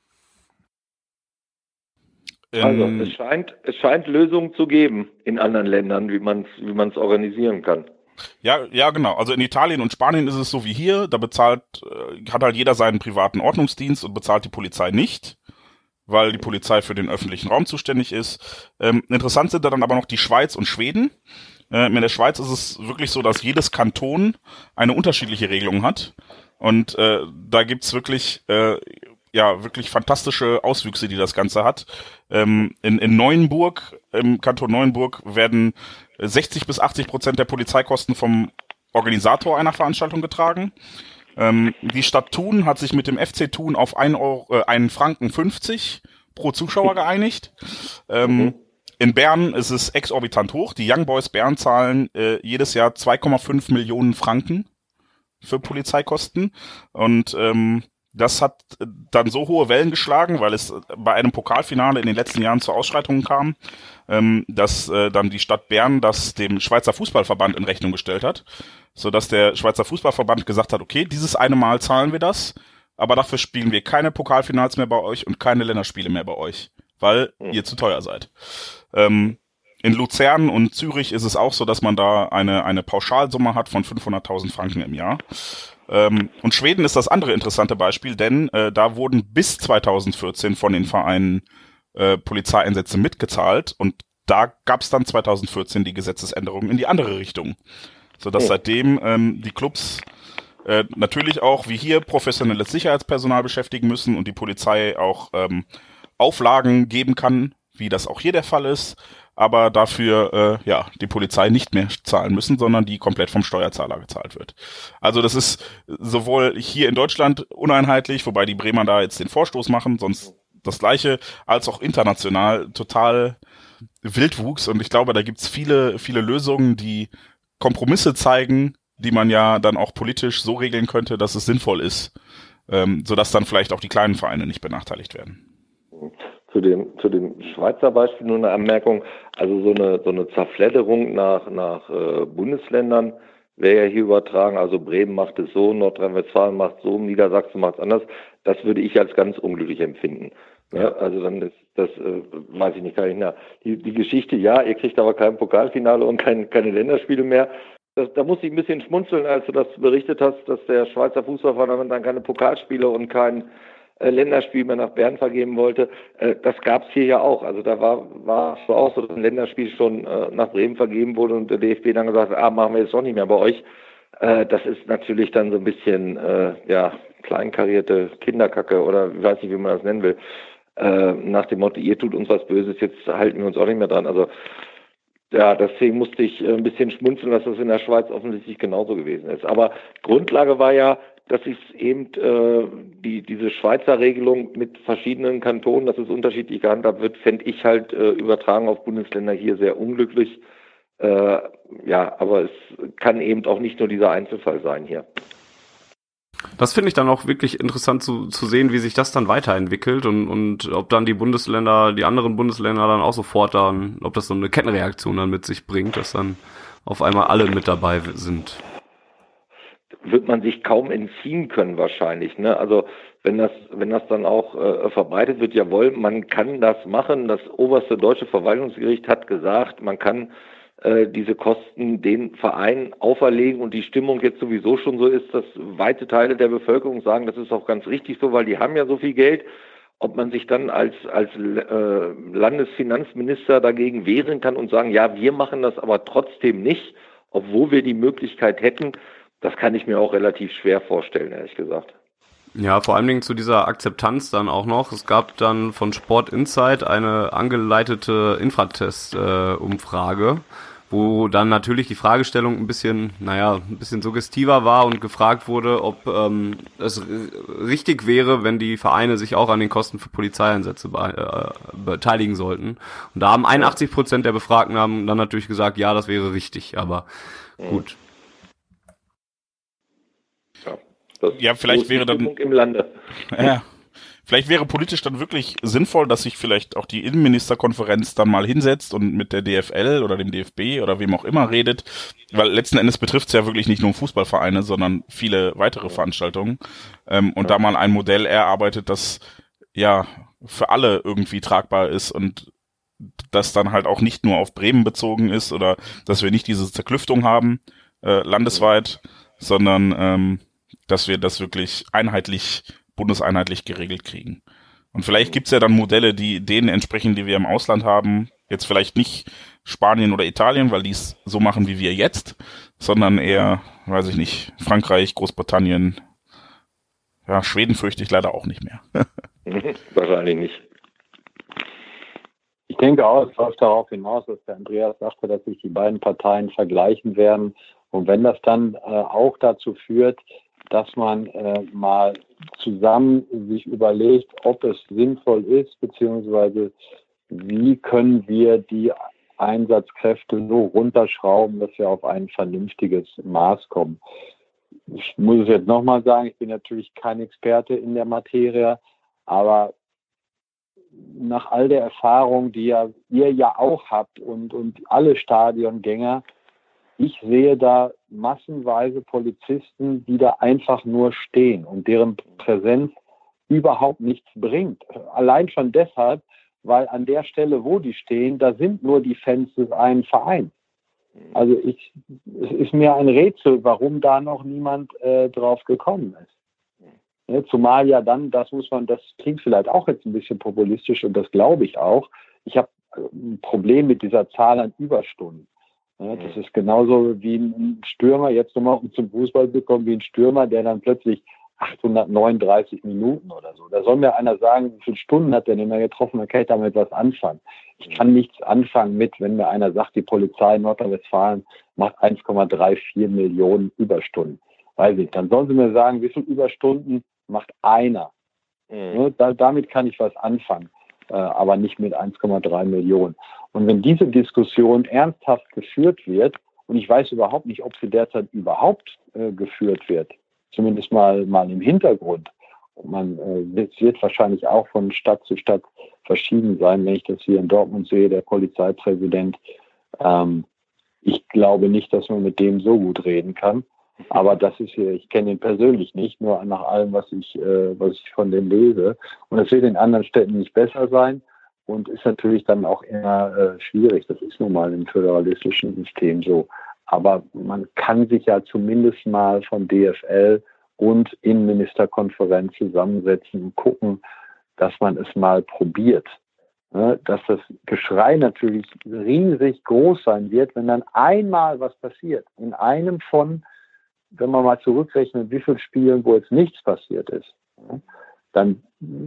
Also es scheint, es scheint Lösungen zu geben in anderen Ländern, wie man es wie man es organisieren kann. Ja, ja, genau. Also in Italien und Spanien ist es so wie hier. Da bezahlt, äh, hat halt jeder seinen privaten Ordnungsdienst und bezahlt die Polizei nicht, weil die Polizei für den öffentlichen Raum zuständig ist. Ähm, interessant sind da dann aber noch die Schweiz und Schweden. Ähm, in der Schweiz ist es wirklich so, dass jedes Kanton eine unterschiedliche Regelung hat. Und äh, da gibt's wirklich... Äh, ja, wirklich fantastische Auswüchse, die das Ganze hat. Ähm, in, in Neuenburg, im Kanton Neuenburg, werden sechzig bis achtzig Prozent der Polizeikosten vom Organisator einer Veranstaltung getragen. Ähm, die Stadt Thun hat sich mit dem F C Thun auf einen Euro, äh, einen Franken fünfzig pro Zuschauer geeinigt. Ähm, mhm. In Bern ist es exorbitant hoch. Die Young Boys Bern zahlen äh, jedes Jahr zwei Komma fünf Millionen Franken für Polizeikosten und ähm, das hat dann so hohe Wellen geschlagen, weil es bei einem Pokalfinale in den letzten Jahren zu Ausschreitungen kam, ähm, dass äh, dann die Stadt Bern das dem Schweizer Fußballverband in Rechnung gestellt hat, sodass der Schweizer Fußballverband gesagt hat, okay, dieses eine Mal zahlen wir das, aber dafür spielen wir keine Pokalfinals mehr bei euch und keine Länderspiele mehr bei euch, weil ihr zu teuer seid. Ähm, in Luzern und Zürich ist es auch so, dass man da eine eine Pauschalsumme hat von fünfhunderttausend Franken im Jahr. Ähm, und Schweden ist das andere interessante Beispiel, denn äh, da wurden bis zweitausendvierzehn von den Vereinen äh, Polizeieinsätze mitgezahlt und da gab es dann zweitausendvierzehn die Gesetzesänderung in die andere Richtung, sodass oh. seitdem ähm, die Clubs äh, natürlich auch wie hier professionelles Sicherheitspersonal beschäftigen müssen und die Polizei auch ähm, Auflagen geben kann, wie das auch hier der Fall ist, aber dafür äh, ja die Polizei nicht mehr zahlen müssen, sondern die komplett vom Steuerzahler gezahlt wird. Also das ist sowohl hier in Deutschland uneinheitlich, wobei die Bremer da jetzt den Vorstoß machen, sonst das Gleiche, als auch international total Wildwuchs. Und ich glaube, da gibt's viele, viele Lösungen, die Kompromisse zeigen, die man ja dann auch politisch so regeln könnte, dass es sinnvoll ist, ähm, sodass dann vielleicht auch die kleinen Vereine nicht benachteiligt werden. Zu dem, zu dem Schweizer Beispiel nur eine Anmerkung. Also so eine, so eine Zerfledderung nach, nach äh, Bundesländern wäre ja hier übertragen. Also Bremen macht es so, Nordrhein-Westfalen macht es so, Niedersachsen macht es anders. Das würde ich als ganz unglücklich empfinden. Ja, also dann ist das, äh, weiß ich nicht, kann ich nicht. Die, die Geschichte, ja, ihr kriegt aber kein Pokalfinale und kein, keine Länderspiele mehr. Das, da muss ich ein bisschen schmunzeln, als du das berichtet hast, dass der Schweizer Fußballverband dann keine Pokalspiele und kein äh, Länderspiel mehr nach Bern vergeben wollte. Äh, das gab es hier ja auch. Also da war war es auch so, dass ein Länderspiel schon äh, nach Bremen vergeben wurde und der D F B dann gesagt hat, ah, machen wir jetzt doch nicht mehr bei euch. Äh, das ist natürlich dann so ein bisschen, äh, ja, kleinkarierte Kinderkacke oder ich weiß nicht, wie man das nennen will. Äh, nach dem Motto, ihr tut uns was Böses, jetzt halten wir uns auch nicht mehr dran. Also ja, deswegen musste ich ein bisschen schmunzeln, dass das in der Schweiz offensichtlich genauso gewesen ist. Aber Grundlage war ja, dass es eben äh, die diese Schweizer Regelung mit verschiedenen Kantonen, dass es unterschiedlich gehandhabt wird, fände ich halt äh, übertragen auf Bundesländer hier sehr unglücklich. Äh, ja, aber es kann eben auch nicht nur dieser Einzelfall sein hier. Das finde ich dann auch wirklich interessant zu, zu sehen, wie sich das dann weiterentwickelt und, und ob dann die Bundesländer, die anderen Bundesländer dann auch sofort dann, ob das so eine Kettenreaktion dann mit sich bringt, dass dann auf einmal alle mit dabei sind. Wird man sich kaum entziehen können wahrscheinlich, ne? Also wenn das, wenn das dann auch äh, verbreitet wird, jawohl, man kann das machen. Das oberste deutsche Verwaltungsgericht hat gesagt, man kann diese Kosten den Vereinen auferlegen und die Stimmung jetzt sowieso schon so ist, dass weite Teile der Bevölkerung sagen, das ist auch ganz richtig so, weil die haben ja so viel Geld. Ob man sich dann als als äh, Landesfinanzminister dagegen wehren kann und sagen, ja, wir machen das aber trotzdem nicht, obwohl wir die Möglichkeit hätten, das kann ich mir auch relativ schwer vorstellen, ehrlich gesagt. Ja, vor allen Dingen zu dieser Akzeptanz dann auch noch. Es gab dann von Sport Insight eine angeleitete Infratest-Umfrage, äh, wo dann natürlich die Fragestellung ein bisschen, naja, ein bisschen suggestiver war und gefragt wurde, ob ähm, es r- richtig wäre, wenn die Vereine sich auch an den Kosten für Polizeieinsätze be- äh, beteiligen sollten. Und da haben einundachtzig Prozent der Befragten haben dann natürlich gesagt, ja, das wäre richtig, aber gut. Ja, das ja vielleicht wäre dann im Lande. Ja. Vielleicht wäre politisch dann wirklich sinnvoll, dass sich vielleicht auch die Innenministerkonferenz dann mal hinsetzt und mit der D F L oder dem D F B oder wem auch immer redet, weil letzten Endes betrifft es ja wirklich nicht nur Fußballvereine, sondern viele weitere Veranstaltungen ähm, und ja. da mal ein Modell erarbeitet, das ja für alle irgendwie tragbar ist und das dann halt auch nicht nur auf Bremen bezogen ist oder dass wir nicht diese Zerklüftung haben äh, landesweit, sondern ähm, dass wir das wirklich einheitlich bundeseinheitlich geregelt kriegen. Und vielleicht gibt's ja dann Modelle, die denen entsprechen, die wir im Ausland haben. Jetzt vielleicht nicht Spanien oder Italien, weil die es so machen wie wir jetzt, sondern eher, weiß ich nicht, Frankreich, Großbritannien. Ja, Schweden fürchte ich leider auch nicht mehr. Wahrscheinlich nicht. Ich denke auch, es läuft darauf hinaus, dass der Andreas sagte, dass sich die beiden Parteien vergleichen werden. Und wenn das dann äh, auch dazu führt, dass man äh, mal zusammen sich überlegt, ob es sinnvoll ist, beziehungsweise wie können wir die Einsatzkräfte so runterschrauben, dass wir auf ein vernünftiges Maß kommen. Ich muss es jetzt nochmal sagen, ich bin natürlich kein Experte in der Materie, aber nach all der Erfahrung, die ja ihr ja auch habt und, und alle Stadiongänger, ich sehe da massenweise Polizisten, die da einfach nur stehen und deren Präsenz überhaupt nichts bringt. Allein schon deshalb, weil an der Stelle, wo die stehen, da sind nur die Fans des einen Vereins. Also ich, es ist mir ein Rätsel, warum da noch niemand äh, drauf gekommen ist. Ja, zumal ja dann, das muss man, das klingt vielleicht auch jetzt ein bisschen populistisch und das glaube ich auch. Ich habe ein Problem mit dieser Zahl an Überstunden. Ja, das ist genauso wie ein Stürmer, jetzt nochmal um zum Fußball zu kommen, wie ein Stürmer, der dann plötzlich achthundertneununddreißig Minuten oder so. Da soll mir einer sagen, wie viele Stunden hat der denn da getroffen, dann kann ich damit was anfangen. Ich kann nichts anfangen mit, wenn mir einer sagt, die Polizei in Nordrhein-Westfalen macht eins Komma vierunddreißig Millionen Überstunden. Weiß ich, dann sollen sie mir sagen, wie viele Überstunden macht einer. Mhm. Da, damit kann ich was anfangen, äh, aber nicht mit eins Komma drei Millionen. Und wenn diese Diskussion ernsthaft geführt wird, und ich weiß überhaupt nicht, ob sie derzeit überhaupt äh, geführt wird, zumindest mal, mal im Hintergrund. Und man äh, es wird wahrscheinlich auch von Stadt zu Stadt verschieden sein, wenn ich das hier in Dortmund sehe, der Polizeipräsident. Ähm, ich glaube nicht, dass man mit dem so gut reden kann. Aber das ist hier, ich kenne ihn persönlich nicht, nur nach allem, was ich, äh, was ich von dem lese. Und es wird in anderen Städten nicht besser sein und ist natürlich dann auch immer äh, schwierig. Das ist nun mal im föderalistischen System so. Aber man kann sich ja zumindest mal von D F L und Innenministerkonferenz zusammensetzen und gucken, dass man es mal probiert. Ne? Dass das Geschrei natürlich riesig groß sein wird, wenn dann einmal was passiert. In einem von, wenn man mal zurückrechnet, wie viele Spielen, wo jetzt nichts passiert ist, ne? Dann,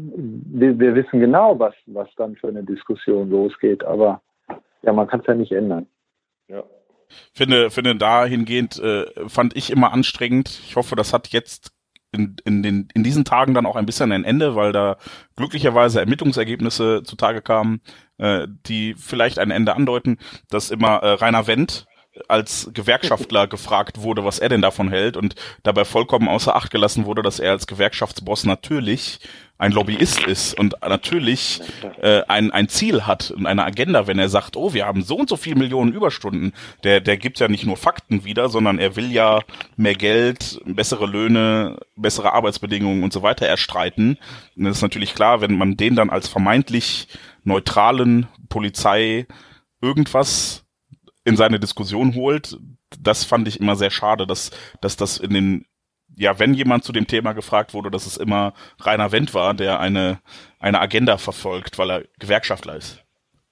wir, wir wissen genau, was, was dann für eine Diskussion losgeht. Aber ja, man kann es ja nicht ändern. Ja. Finde, finde dahingehend äh, fand ich immer anstrengend. Ich hoffe, das hat jetzt in, in, den, in diesen Tagen dann auch ein bisschen ein Ende, weil da glücklicherweise Ermittlungsergebnisse zutage kamen, äh, die vielleicht ein Ende andeuten, dass immer äh, Rainer Wendt als Gewerkschaftler gefragt wurde, was er denn davon hält und dabei vollkommen außer Acht gelassen wurde, dass er als Gewerkschaftsboss natürlich ein Lobbyist ist und natürlich äh, ein ein Ziel hat und eine Agenda, wenn er sagt, oh, wir haben so und so viele Millionen Überstunden. Der der gibt ja nicht nur Fakten wieder, sondern er will ja mehr Geld, bessere Löhne, bessere Arbeitsbedingungen und so weiter erstreiten. Und das ist natürlich klar, wenn man den dann als vermeintlich neutralen Polizei irgendwas in seine Diskussion holt, das fand ich immer sehr schade, dass, dass das in den, ja, wenn jemand zu dem Thema gefragt wurde, dass es immer Rainer Wendt war, der eine, eine Agenda verfolgt, weil er Gewerkschaftler ist.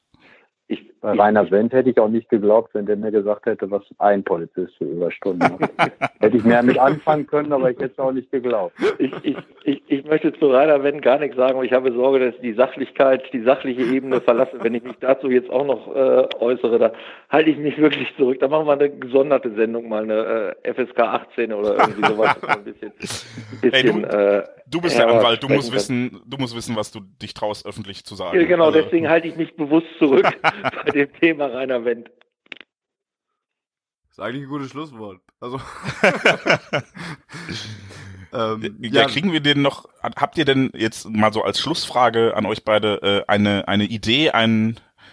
Ich, bei Rainer Wendt hätte ich auch nicht geglaubt, wenn der mir gesagt hätte, was ein Polizist für Überstunden macht. Hätte ich mehr mit anfangen können, aber ich hätte es auch nicht geglaubt. Ich, ich, ich, ich möchte zu Rainer Wendt gar nichts sagen, aber ich habe Sorge, dass ich die Sachlichkeit, die sachliche Ebene verlasse. Wenn ich mich dazu jetzt auch noch äh, äußere, da halte ich mich wirklich zurück. Da machen wir eine gesonderte Sendung, mal eine äh, F S K achtzehn oder irgendwie sowas. Ein bisschen, bisschen, hey, du, äh, du bist der Anwalt, du musst wissen, du musst wissen, was du dich traust, öffentlich zu sagen. Ja, genau, also. Deswegen halte ich mich bewusst zurück bei dem Thema Rainer Wendt. Das ist eigentlich ein gutes Schlusswort. Also ähm, ja, ja, kriegen wir den noch, habt ihr denn jetzt mal so als Schlussfrage an euch beide äh, eine eine Idee, ein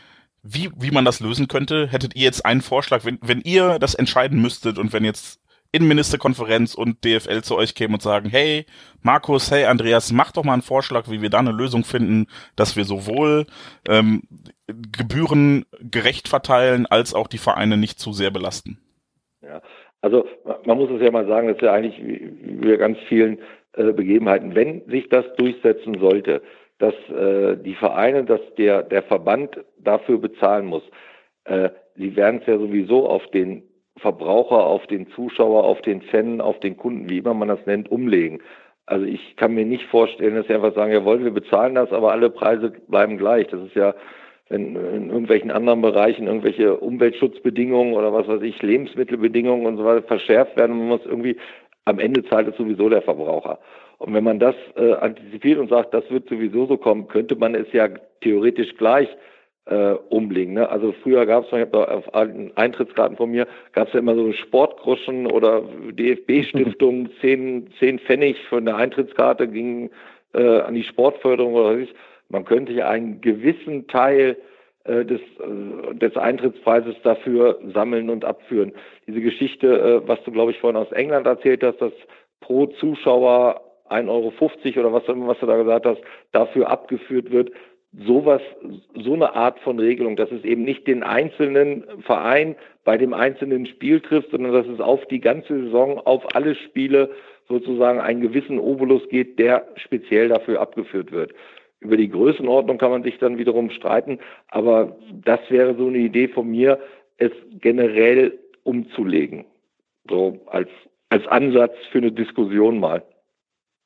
wie wie man das lösen könnte? Hättet ihr jetzt einen Vorschlag, wenn wenn ihr das entscheiden müsstet und wenn jetzt Innenministerkonferenz und D F L zu euch kämen und sagen, hey Markus, hey Andreas, mach doch mal einen Vorschlag, wie wir da eine Lösung finden, dass wir sowohl ähm, Gebühren gerecht verteilen, als auch die Vereine nicht zu sehr belasten. Ja, also man muss es ja mal sagen, das ist ja eigentlich wie bei ganz vielen äh, Begebenheiten, wenn sich das durchsetzen sollte, dass äh, die Vereine, dass der, der Verband dafür bezahlen muss, äh, sie werden es ja sowieso auf den Verbraucher, auf den Zuschauer, auf den Fan, auf den Kunden, wie immer man das nennt, umlegen. Also ich kann mir nicht vorstellen, dass sie einfach sagen, jawohl, wir bezahlen das, aber alle Preise bleiben gleich. Das ist ja, wenn in irgendwelchen anderen Bereichen irgendwelche Umweltschutzbedingungen oder was weiß ich, Lebensmittelbedingungen und so weiter verschärft werden, man muss irgendwie, am Ende zahlt es sowieso der Verbraucher. Und wenn man das äh, antizipiert und sagt, das wird sowieso so kommen, könnte man es ja theoretisch gleich Äh, umlegen. Ne? Also früher gab es, ich habe da auf alten Eintrittskarten von mir, gab es ja immer so Sportgroschen oder D F B-Stiftung, zehn, zehn Pfennig von der Eintrittskarte gingen äh, an die Sportförderung oder was weiß ich. Man könnte ja einen gewissen Teil äh, des, äh, des Eintrittspreises dafür sammeln und abführen. Diese Geschichte, äh, was du, glaube ich, vorhin aus England erzählt hast, dass pro Zuschauer ein Euro fünfzig oder was, was du da gesagt hast, dafür abgeführt wird, sowas, so eine Art von Regelung, dass es eben nicht den einzelnen Verein bei dem einzelnen Spiel trifft, sondern dass es auf die ganze Saison, auf alle Spiele sozusagen einen gewissen Obolus geht, der speziell dafür abgeführt wird. Über die Größenordnung kann man sich dann wiederum streiten, aber das wäre so eine Idee von mir, es generell umzulegen. So als, als Ansatz für eine Diskussion mal.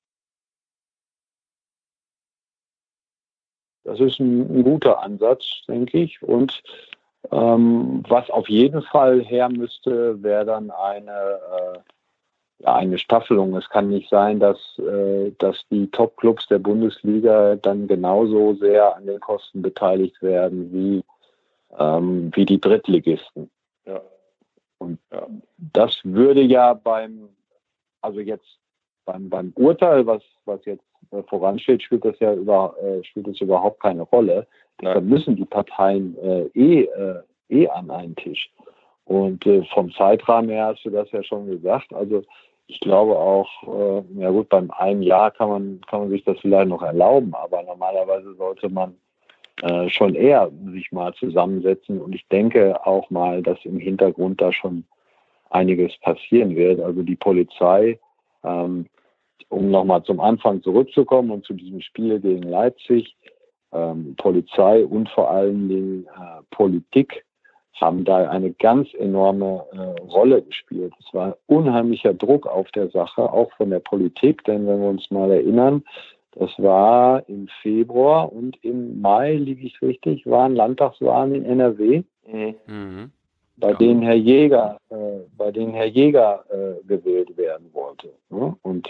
das ist ein, ein guter Ansatz, denke ich. Und ähm, was auf jeden Fall her müsste, wäre dann eine, äh, ja, eine Staffelung. Es kann nicht sein, dass, äh, dass die Top-Clubs der Bundesliga dann genauso sehr an den Kosten beteiligt werden wie, ähm, wie die Drittligisten. Ja. Und ja, das würde ja beim, also jetzt beim, beim Urteil, was, was jetzt äh, voransteht, spielt das ja über, äh, spielt das überhaupt keine Rolle. Nein. Da müssen die Parteien äh, eh, äh, eh an einen Tisch. Und äh, vom Zeitrahmen her hast du das ja schon gesagt. Also ich glaube auch, äh, ja gut, beim einem Jahr kann man, kann man sich das vielleicht noch erlauben, aber normalerweise sollte man äh, schon eher sich mal zusammensetzen. Und ich denke auch mal, dass im Hintergrund da schon einiges passieren wird. Also die Polizei, ähm, um nochmal zum Anfang zurückzukommen und zu diesem Spiel gegen Leipzig, ähm, Polizei und vor allen Dingen äh, Politik haben da eine ganz enorme äh, Rolle gespielt. Es war unheimlicher Druck auf der Sache, auch von der Politik, denn wenn wir uns mal erinnern, das war im Februar und im Mai, liege ich richtig, waren Landtagswahlen in N R W, Mhm. bei Ja. denen Herr Jäger, äh, bei denen Herr Jäger äh, gewählt werden wollte. Ne? Und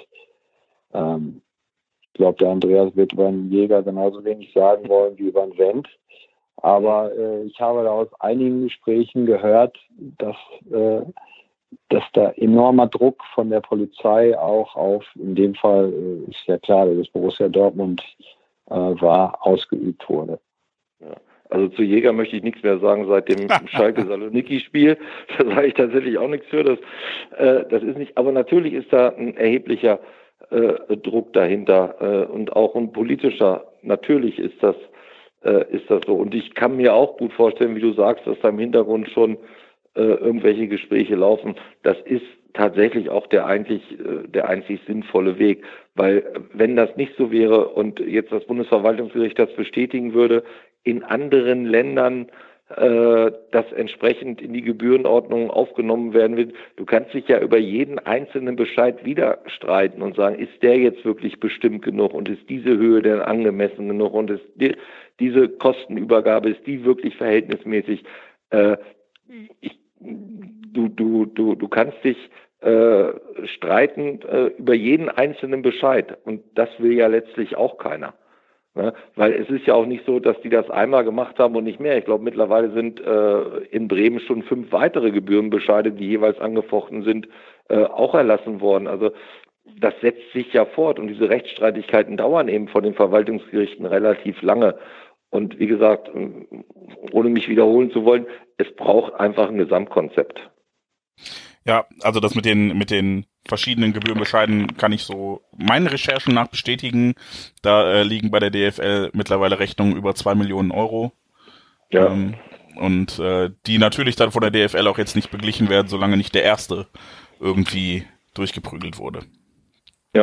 ähm, ich glaube, der Andreas wird über den Jäger genauso wenig sagen wollen wie über den Wendt. Aber äh, ich habe da aus einigen Gesprächen gehört, dass, äh, dass da enormer Druck von der Polizei auch auf, in dem Fall äh, ist ja klar, dass Borussia Dortmund äh, war, ausgeübt wurde. Ja. Also zu Jäger möchte ich nichts mehr sagen seit dem Schalke-Saloniki-Spiel. Da sage ich tatsächlich auch nichts für. Das, äh, das ist nicht. Aber natürlich ist da ein erheblicher äh, Druck dahinter äh, und auch ein politischer. Natürlich ist das äh, ist das so. Und ich kann mir auch gut vorstellen, wie du sagst, dass da im Hintergrund schon äh, irgendwelche Gespräche laufen. Das ist tatsächlich auch der eigentlich äh, der einzig sinnvolle Weg, weil äh, wenn das nicht so wäre und jetzt das Bundesverwaltungsgericht das bestätigen würde, in anderen Ländern äh, das entsprechend in die Gebührenordnung aufgenommen werden wird. Du kannst dich ja über jeden einzelnen Bescheid wieder streiten und sagen, ist der jetzt wirklich bestimmt genug und ist diese Höhe denn angemessen genug und ist die, diese Kostenübergabe, ist die wirklich verhältnismäßig? Äh, ich, du, du, du, du kannst dich äh, streiten äh, über jeden einzelnen Bescheid und das will ja letztlich auch keiner. Ne? Weil es ist ja auch nicht so, dass die das einmal gemacht haben und nicht mehr. Ich glaube, mittlerweile sind äh, in Bremen schon fünf weitere Gebührenbescheide, die jeweils angefochten sind, äh, auch erlassen worden. Also das setzt sich ja fort und diese Rechtsstreitigkeiten dauern eben vor den Verwaltungsgerichten relativ lange. Und wie gesagt, ohne mich wiederholen zu wollen, es braucht einfach ein Gesamtkonzept. Ja, also das mit den mit den verschiedenen Gebührenbescheiden kann ich so meinen Recherchen nach bestätigen. Da äh, liegen bei der D F L mittlerweile Rechnungen über zwei Millionen Euro. Ja. Ähm, und äh, die natürlich dann von der D F L auch jetzt nicht beglichen werden, solange nicht der erste irgendwie durchgeprügelt wurde. Ja.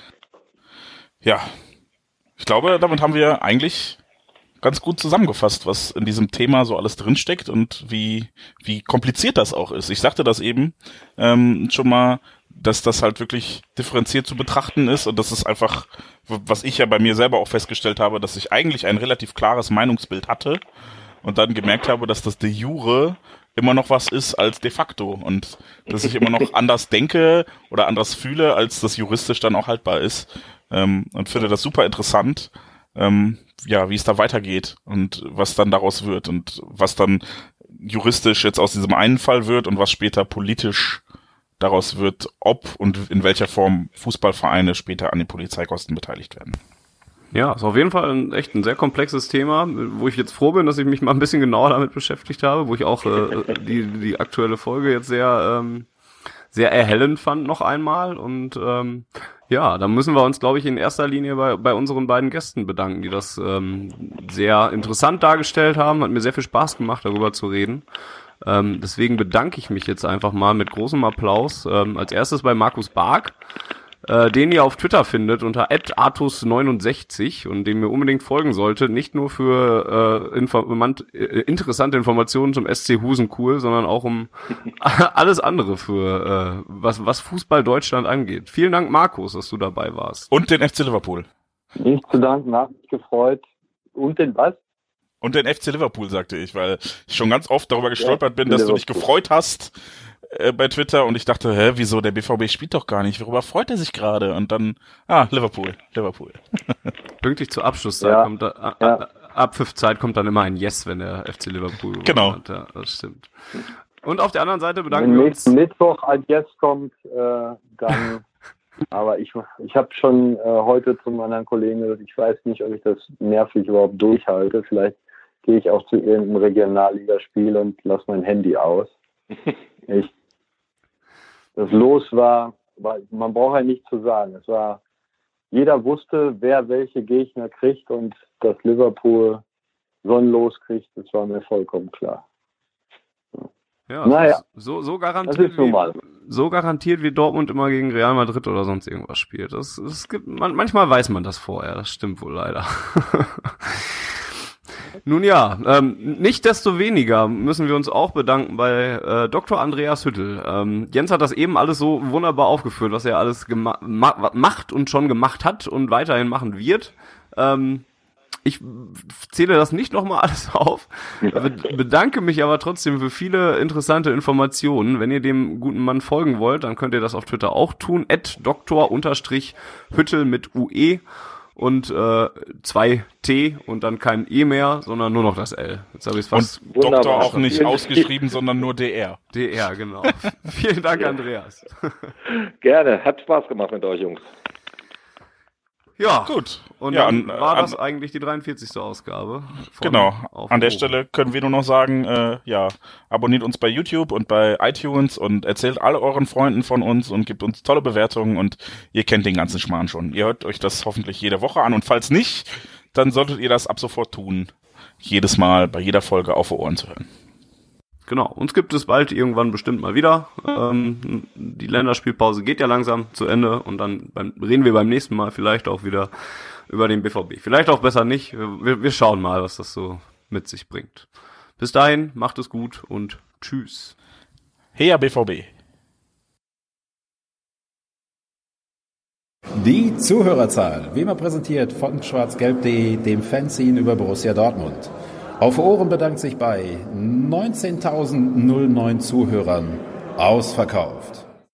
Ja, ich glaube, damit haben wir eigentlich ganz gut zusammengefasst, was in diesem Thema so alles drinsteckt und wie wie kompliziert das auch ist. Ich sagte das eben ähm, schon mal, dass das halt wirklich differenziert zu betrachten ist und das ist einfach, was ich ja bei mir selber auch festgestellt habe, dass ich eigentlich ein relativ klares Meinungsbild hatte und dann gemerkt habe, dass das de jure immer noch was ist als de facto und dass ich immer noch anders denke oder anders fühle, als das juristisch dann auch haltbar ist, ähm, und finde das super interessant, ähm, ja, wie es da weitergeht und was dann daraus wird und was dann juristisch jetzt aus diesem einen Fall wird und was später politisch daraus wird, ob und in welcher Form Fußballvereine später an den Polizeikosten beteiligt werden. Ja, ist auf jeden Fall ein, echt ein sehr komplexes Thema, wo ich jetzt froh bin, dass ich mich mal ein bisschen genauer damit beschäftigt habe, wo ich auch äh, die die aktuelle Folge jetzt sehr ähm, sehr erhellend fand noch einmal und ähm, ja, da müssen wir uns, glaube ich, in erster Linie bei bei unseren beiden Gästen bedanken, die das ähm, sehr interessant dargestellt haben. Hat mir sehr viel Spaß gemacht, darüber zu reden. Ähm, deswegen bedanke ich mich jetzt einfach mal mit großem Applaus. Ähm, als erstes bei Markus Bark, äh, den ihr auf Twitter findet unter at artus neunundsechzig und dem ihr unbedingt folgen solltet, nicht nur für äh, informant, äh, interessante Informationen zum S C Husenkuhl, sondern auch um alles andere für äh, was, was Fußball Deutschland angeht. Vielen Dank, Markus, dass du dabei warst. Und den F C Liverpool. Nicht zu danken, hat mich gefreut. Und den was? Und den F C Liverpool, sagte ich, weil ich schon ganz oft darüber gestolpert bin, dass du dich gefreut hast äh, bei Twitter und ich dachte, hä, wieso, der B V B spielt doch gar nicht, worüber freut er sich gerade? Und dann, ah, Liverpool, Liverpool. Pünktlich zur Abschlusszeit Ja. kommt, da, Ja. ab, Abpfiffzeit kommt dann immer ein Yes, wenn der F C Liverpool gewonnen Genau. hat. Ja, das stimmt. Und auf der anderen Seite Wenn bedanken wir uns. nächsten Mittwoch ein Yes kommt, äh, dann... Aber ich, ich habe schon äh, heute zu meinen Kollegen gesagt, ich weiß nicht, ob ich das nervlich überhaupt durchhalte. Vielleicht gehe ich auch zu irgendeinem Regionalligaspiel und lasse mein Handy aus. Ich, das Los war, war, man braucht ja nichts zu sagen. Es war, jeder wusste, wer welche Gegner kriegt und dass Liverpool so ein Los kriegt, das war mir vollkommen klar. Ja, Naja. so, so Das garantiert, ist nun mal. wie, so garantiert wie Dortmund immer gegen Real Madrid oder sonst irgendwas spielt. Das, das gibt, man, manchmal weiß man das vorher, das stimmt wohl leider. Nun ja, ähm, nichtsdestoweniger müssen wir uns auch bedanken bei äh, Doktor Andreas Hüttel. Ähm, Jens hat das eben alles so wunderbar aufgeführt, was er alles gema- ma- macht und schon gemacht hat und weiterhin machen wird. Ähm, Ich zähle das nicht nochmal alles auf, be- bedanke mich aber trotzdem für viele interessante Informationen. Wenn ihr dem guten Mann folgen wollt, dann könnt ihr das auf Twitter auch tun. at Doktor-Hüttel mit U E und äh, zwei T und dann kein E mehr, sondern nur noch das L. Jetzt habe ich es fast Und Doktor Wunderbar. auch nicht Vielen- ausgeschrieben, sondern nur D R. D R, genau. Vielen Dank, Andreas. Gerne, hat Spaß gemacht mit euch, Jungs. Ja, Gut. und ja, dann an, war an, das eigentlich die dreiundvierzigste Ausgabe. von Genau. Auf An der Ohren. Stelle können wir nur noch sagen, äh, ja, abonniert uns bei YouTube und bei iTunes und erzählt all euren Freunden von uns und gebt uns tolle Bewertungen und ihr kennt den ganzen Schmarrn schon. Ihr hört euch das hoffentlich jede Woche an und falls nicht, dann solltet ihr das ab sofort tun, jedes Mal bei jeder Folge Auf Ohren zu hören. Genau, uns gibt es bald irgendwann bestimmt mal wieder. Ähm, die Länderspielpause geht ja langsam zu Ende und dann beim, reden wir beim nächsten Mal vielleicht auch wieder über den B V B. Vielleicht auch besser nicht. Wir, wir schauen mal, was das so mit sich bringt. Bis dahin, macht es gut und tschüss. Heya B V B. Die Zuhörerzahl, wie immer präsentiert von schwarz gelb punkt de, dem Fanzine über Borussia Dortmund. Auf Ohren bedankt sich bei neunzehntausendneun Zuhörern ausverkauft.